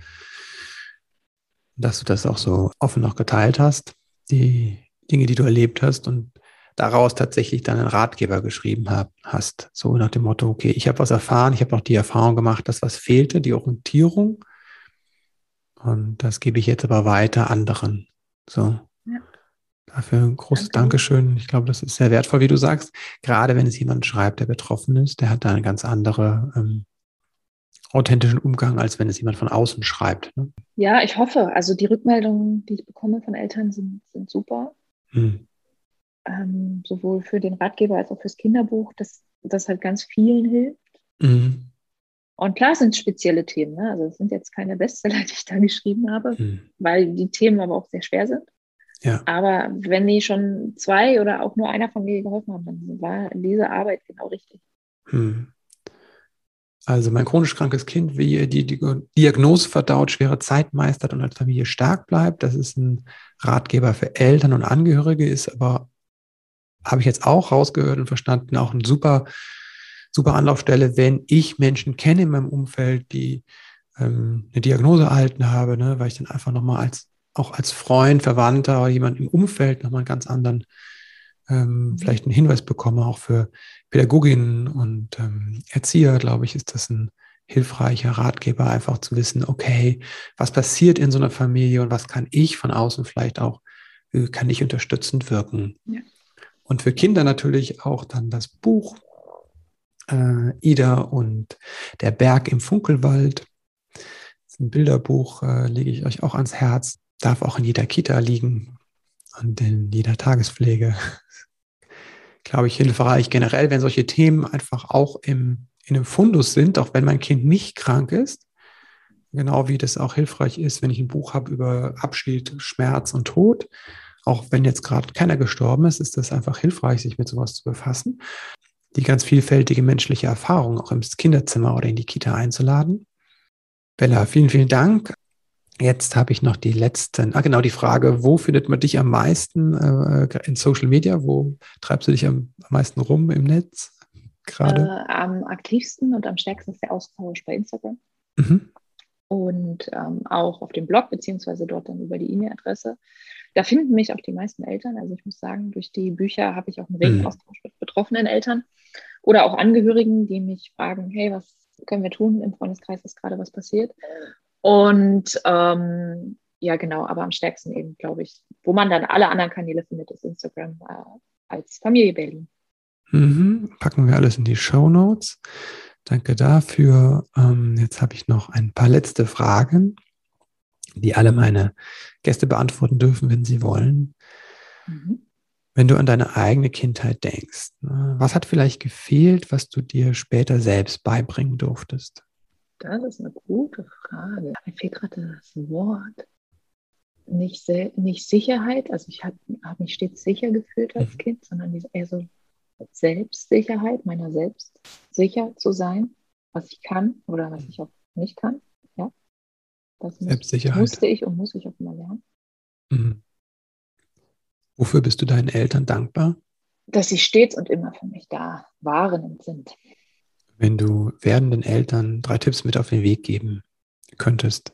dass du das auch so offen noch geteilt hast, die Dinge, die du erlebt hast und daraus tatsächlich dann einen Ratgeber geschrieben hab, hast. So nach dem Motto, okay, ich habe was erfahren, ich habe auch die Erfahrung gemacht, dass was fehlte, die Orientierung. Und das gebe ich jetzt aber weiter anderen. So. Ja, Dafür ein großes danke dir. Dankeschön. Ich glaube, das ist sehr wertvoll, wie du sagst. Gerade wenn es jemand schreibt, der betroffen ist, der hat da einen ganz anderen ähm, authentischen Umgang, als wenn es jemand von außen schreibt. Ne? Ja, ich hoffe. Also die Rückmeldungen, die ich bekomme von Eltern, sind, sind super. Hm. Ähm, sowohl für den Ratgeber als auch fürs Kinderbuch. Das das halt ganz vielen hilft. Mhm. Und klar sind es spezielle Themen, ne? Also es sind jetzt keine Bestseller, die ich da geschrieben habe, Mhm. weil die Themen aber auch sehr schwer sind. Ja. Aber wenn die schon zwei oder auch nur einer Familie geholfen haben, dann war diese Arbeit genau richtig. Mhm. Also mein chronisch krankes Kind, wie ihr die, die Diagnose verdaut, schwere Zeit meistert und als Familie stark bleibt. Das ist ein Ratgeber für Eltern und Angehörige, ist aber, habe ich jetzt auch rausgehört und verstanden, auch ein super, super Anlaufstelle, wenn ich Menschen kenne in meinem Umfeld, die ähm, eine Diagnose erhalten habe, ne, weil ich dann einfach nochmal als, auch als Freund, Verwandter oder jemand im Umfeld nochmal einen ganz anderen, ähm, vielleicht einen Hinweis bekomme, auch für Pädagoginnen und ähm, Erzieher, glaube ich, ist das ein hilfreicher Ratgeber, einfach zu wissen, okay, was passiert in so einer Familie und was kann ich von außen vielleicht auch, äh, kann ich unterstützend wirken. Ja. Und für Kinder natürlich auch dann das Buch äh, Ida und der Berg im Funkelwald. Das ist ein Bilderbuch, äh, lege ich euch auch ans Herz. Darf auch in jeder Kita liegen und in jeder Tagespflege. Glaube ich, hilfreich generell, wenn solche Themen einfach auch im, in einem Fundus sind, auch wenn mein Kind nicht krank ist. Genau wie das auch hilfreich ist, wenn ich ein Buch habe über Abschied, Schmerz und Tod. Auch wenn jetzt gerade keiner gestorben ist, ist das einfach hilfreich, sich mit sowas zu befassen. Die ganz vielfältige menschliche Erfahrung auch ins Kinderzimmer oder in die Kita einzuladen. Bella, vielen, vielen Dank. Jetzt habe ich noch die letzten, ah genau, die Frage, wo findet man dich am meisten äh, in Social Media? Wo treibst du dich am, am meisten rum im Netz gerade? Äh, am aktivsten und am stärksten ist der Austausch bei Instagram. Mhm. Und ähm, auch auf dem Blog, beziehungsweise dort dann über die E-Mail-Adresse. Da finden mich auch die meisten Eltern. Also ich muss sagen, durch die Bücher habe ich auch einen regen Mhm. Austausch mit betroffenen Eltern oder auch Angehörigen, die mich fragen, hey, was können wir tun? Im Freundeskreis ist gerade was passiert. Und ähm, ja, genau, aber am stärksten eben, glaube ich, wo man dann alle anderen Kanäle findet, ist Instagram äh, als Familie Berlin. Mhm. Packen wir alles in die Shownotes. Danke dafür. Ähm, jetzt habe ich noch ein paar letzte Fragen, die alle meine Gäste beantworten dürfen, wenn sie wollen. Mhm. Wenn du an deine eigene Kindheit denkst, ne, was hat vielleicht gefehlt, was du dir später selbst beibringen durftest? Das ist eine gute Frage. Mir fehlt gerade das Wort. Nicht, nicht Sicherheit, also ich habe hab mich stets sicher gefühlt als Mhm. Kind, sondern eher so Selbstsicherheit, meiner selbst sicher zu sein, was ich kann oder was ich auch nicht kann. Ja, das muss, Selbstsicherheit. musste ich und muss ich auch immer lernen. Mhm. Wofür bist du deinen Eltern dankbar? Dass sie stets und immer für mich da waren und sind. Wenn du werdenden Eltern drei Tipps mit auf den Weg geben könntest,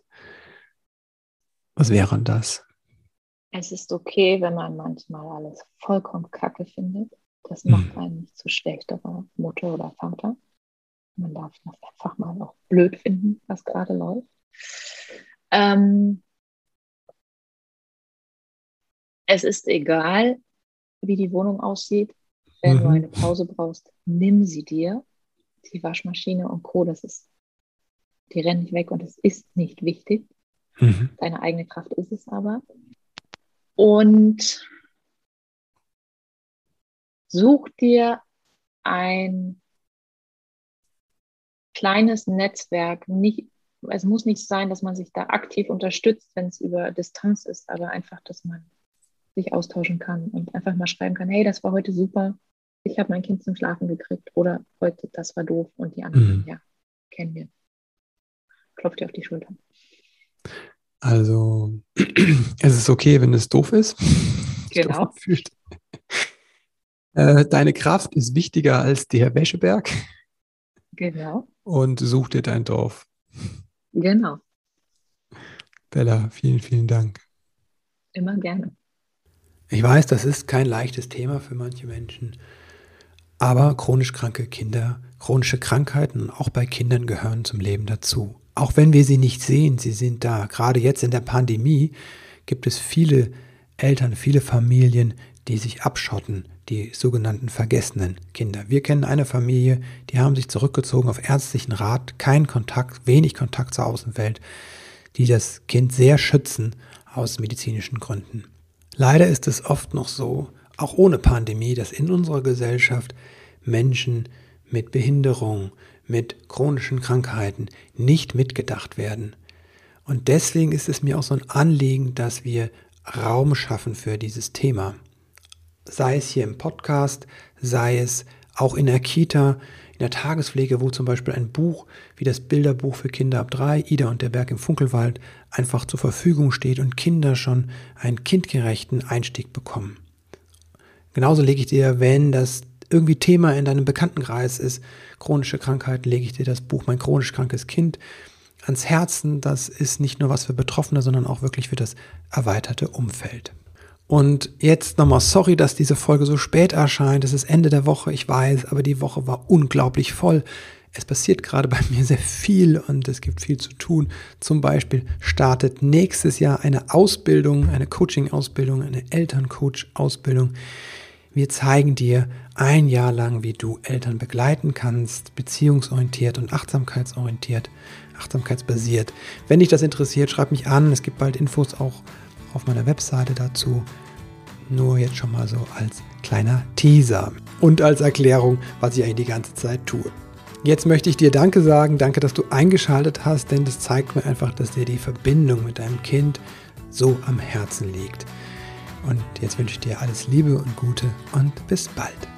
was wären das? Es ist okay, wenn man manchmal alles vollkommen kacke findet. Das macht Mhm. einen nicht zu schlechterer Mutter oder Vater. Man darf das einfach mal auch blöd finden, was gerade läuft. Ähm, es ist egal, wie die Wohnung aussieht. Wenn du eine Mhm. Pause brauchst, nimm sie dir. Die Waschmaschine und Co., das ist, die rennen nicht weg und es ist nicht wichtig. Mhm. Deine eigene Kraft ist es aber. Und such dir ein kleines Netzwerk. Nicht, es muss nicht sein, dass man sich da aktiv unterstützt, wenn es über Distanz ist, aber einfach, dass man sich austauschen kann und einfach mal schreiben kann, hey, das war heute super, ich habe mein Kind zum Schlafen gekriegt oder heute, das war doof und die anderen sagen, Mhm. ja, kennen wir. Klopft dir auf die Schulter. Also, es ist okay, wenn es doof ist, sich doof Genau, fühlt. Äh, deine Kraft ist wichtiger als der Wäscheberg genau, und such dir dein Dorf. genau, Bella, vielen, vielen Dank. immer gerne. Ich weiß, das ist kein leichtes Thema für manche Menschen, aber chronisch kranke Kinder, chronische Krankheiten auch bei Kindern gehören zum Leben dazu. Auch wenn wir sie nicht sehen, sie sind da. Gerade jetzt in der Pandemie gibt es viele Eltern, viele Familien, die sich abschotten, die sogenannten vergessenen Kinder. Wir kennen eine Familie, die haben sich zurückgezogen auf ärztlichen Rat, kein Kontakt, wenig Kontakt zur Außenwelt, die das Kind sehr schützen aus medizinischen Gründen. Leider ist es oft noch so, auch ohne Pandemie, dass in unserer Gesellschaft Menschen mit Behinderung, mit chronischen Krankheiten nicht mitgedacht werden. Und deswegen ist es mir auch so ein Anliegen, dass wir Raum schaffen für dieses Thema. Sei es hier im Podcast, sei es auch in der Kita, in der Tagespflege, wo zum Beispiel ein Buch wie das Bilderbuch für Kinder ab drei, Ida und der Berg im Funkelwald, einfach zur Verfügung steht und Kinder schon einen kindgerechten Einstieg bekommen. Genauso lege ich dir, wenn das irgendwie Thema in deinem Bekanntenkreis ist, chronische Krankheiten, lege ich dir das Buch Mein chronisch krankes Kind ans Herzen. Das ist nicht nur was für Betroffene, sondern auch wirklich für das erweiterte Umfeld. Und jetzt nochmal sorry, dass diese Folge so spät erscheint. Es ist Ende der Woche, ich weiß, aber die Woche war unglaublich voll. Es passiert gerade bei mir sehr viel und es gibt viel zu tun. Zum Beispiel startet nächstes Jahr eine Ausbildung, eine Coaching-Ausbildung, eine Elterncoach-Ausbildung. Wir zeigen dir ein Jahr lang, wie du Eltern begleiten kannst, beziehungsorientiert und achtsamkeitsorientiert, achtsamkeitsbasiert. Wenn dich das interessiert, schreib mich an. Es gibt bald Infos auch auf meiner Webseite dazu. Nur jetzt schon mal so als kleiner Teaser und als Erklärung, was ich eigentlich die ganze Zeit tue. Jetzt möchte ich dir Danke sagen. Danke, dass du eingeschaltet hast, denn das zeigt mir einfach, dass dir die Verbindung mit deinem Kind so am Herzen liegt. Und jetzt wünsche ich dir alles Liebe und Gute und bis bald.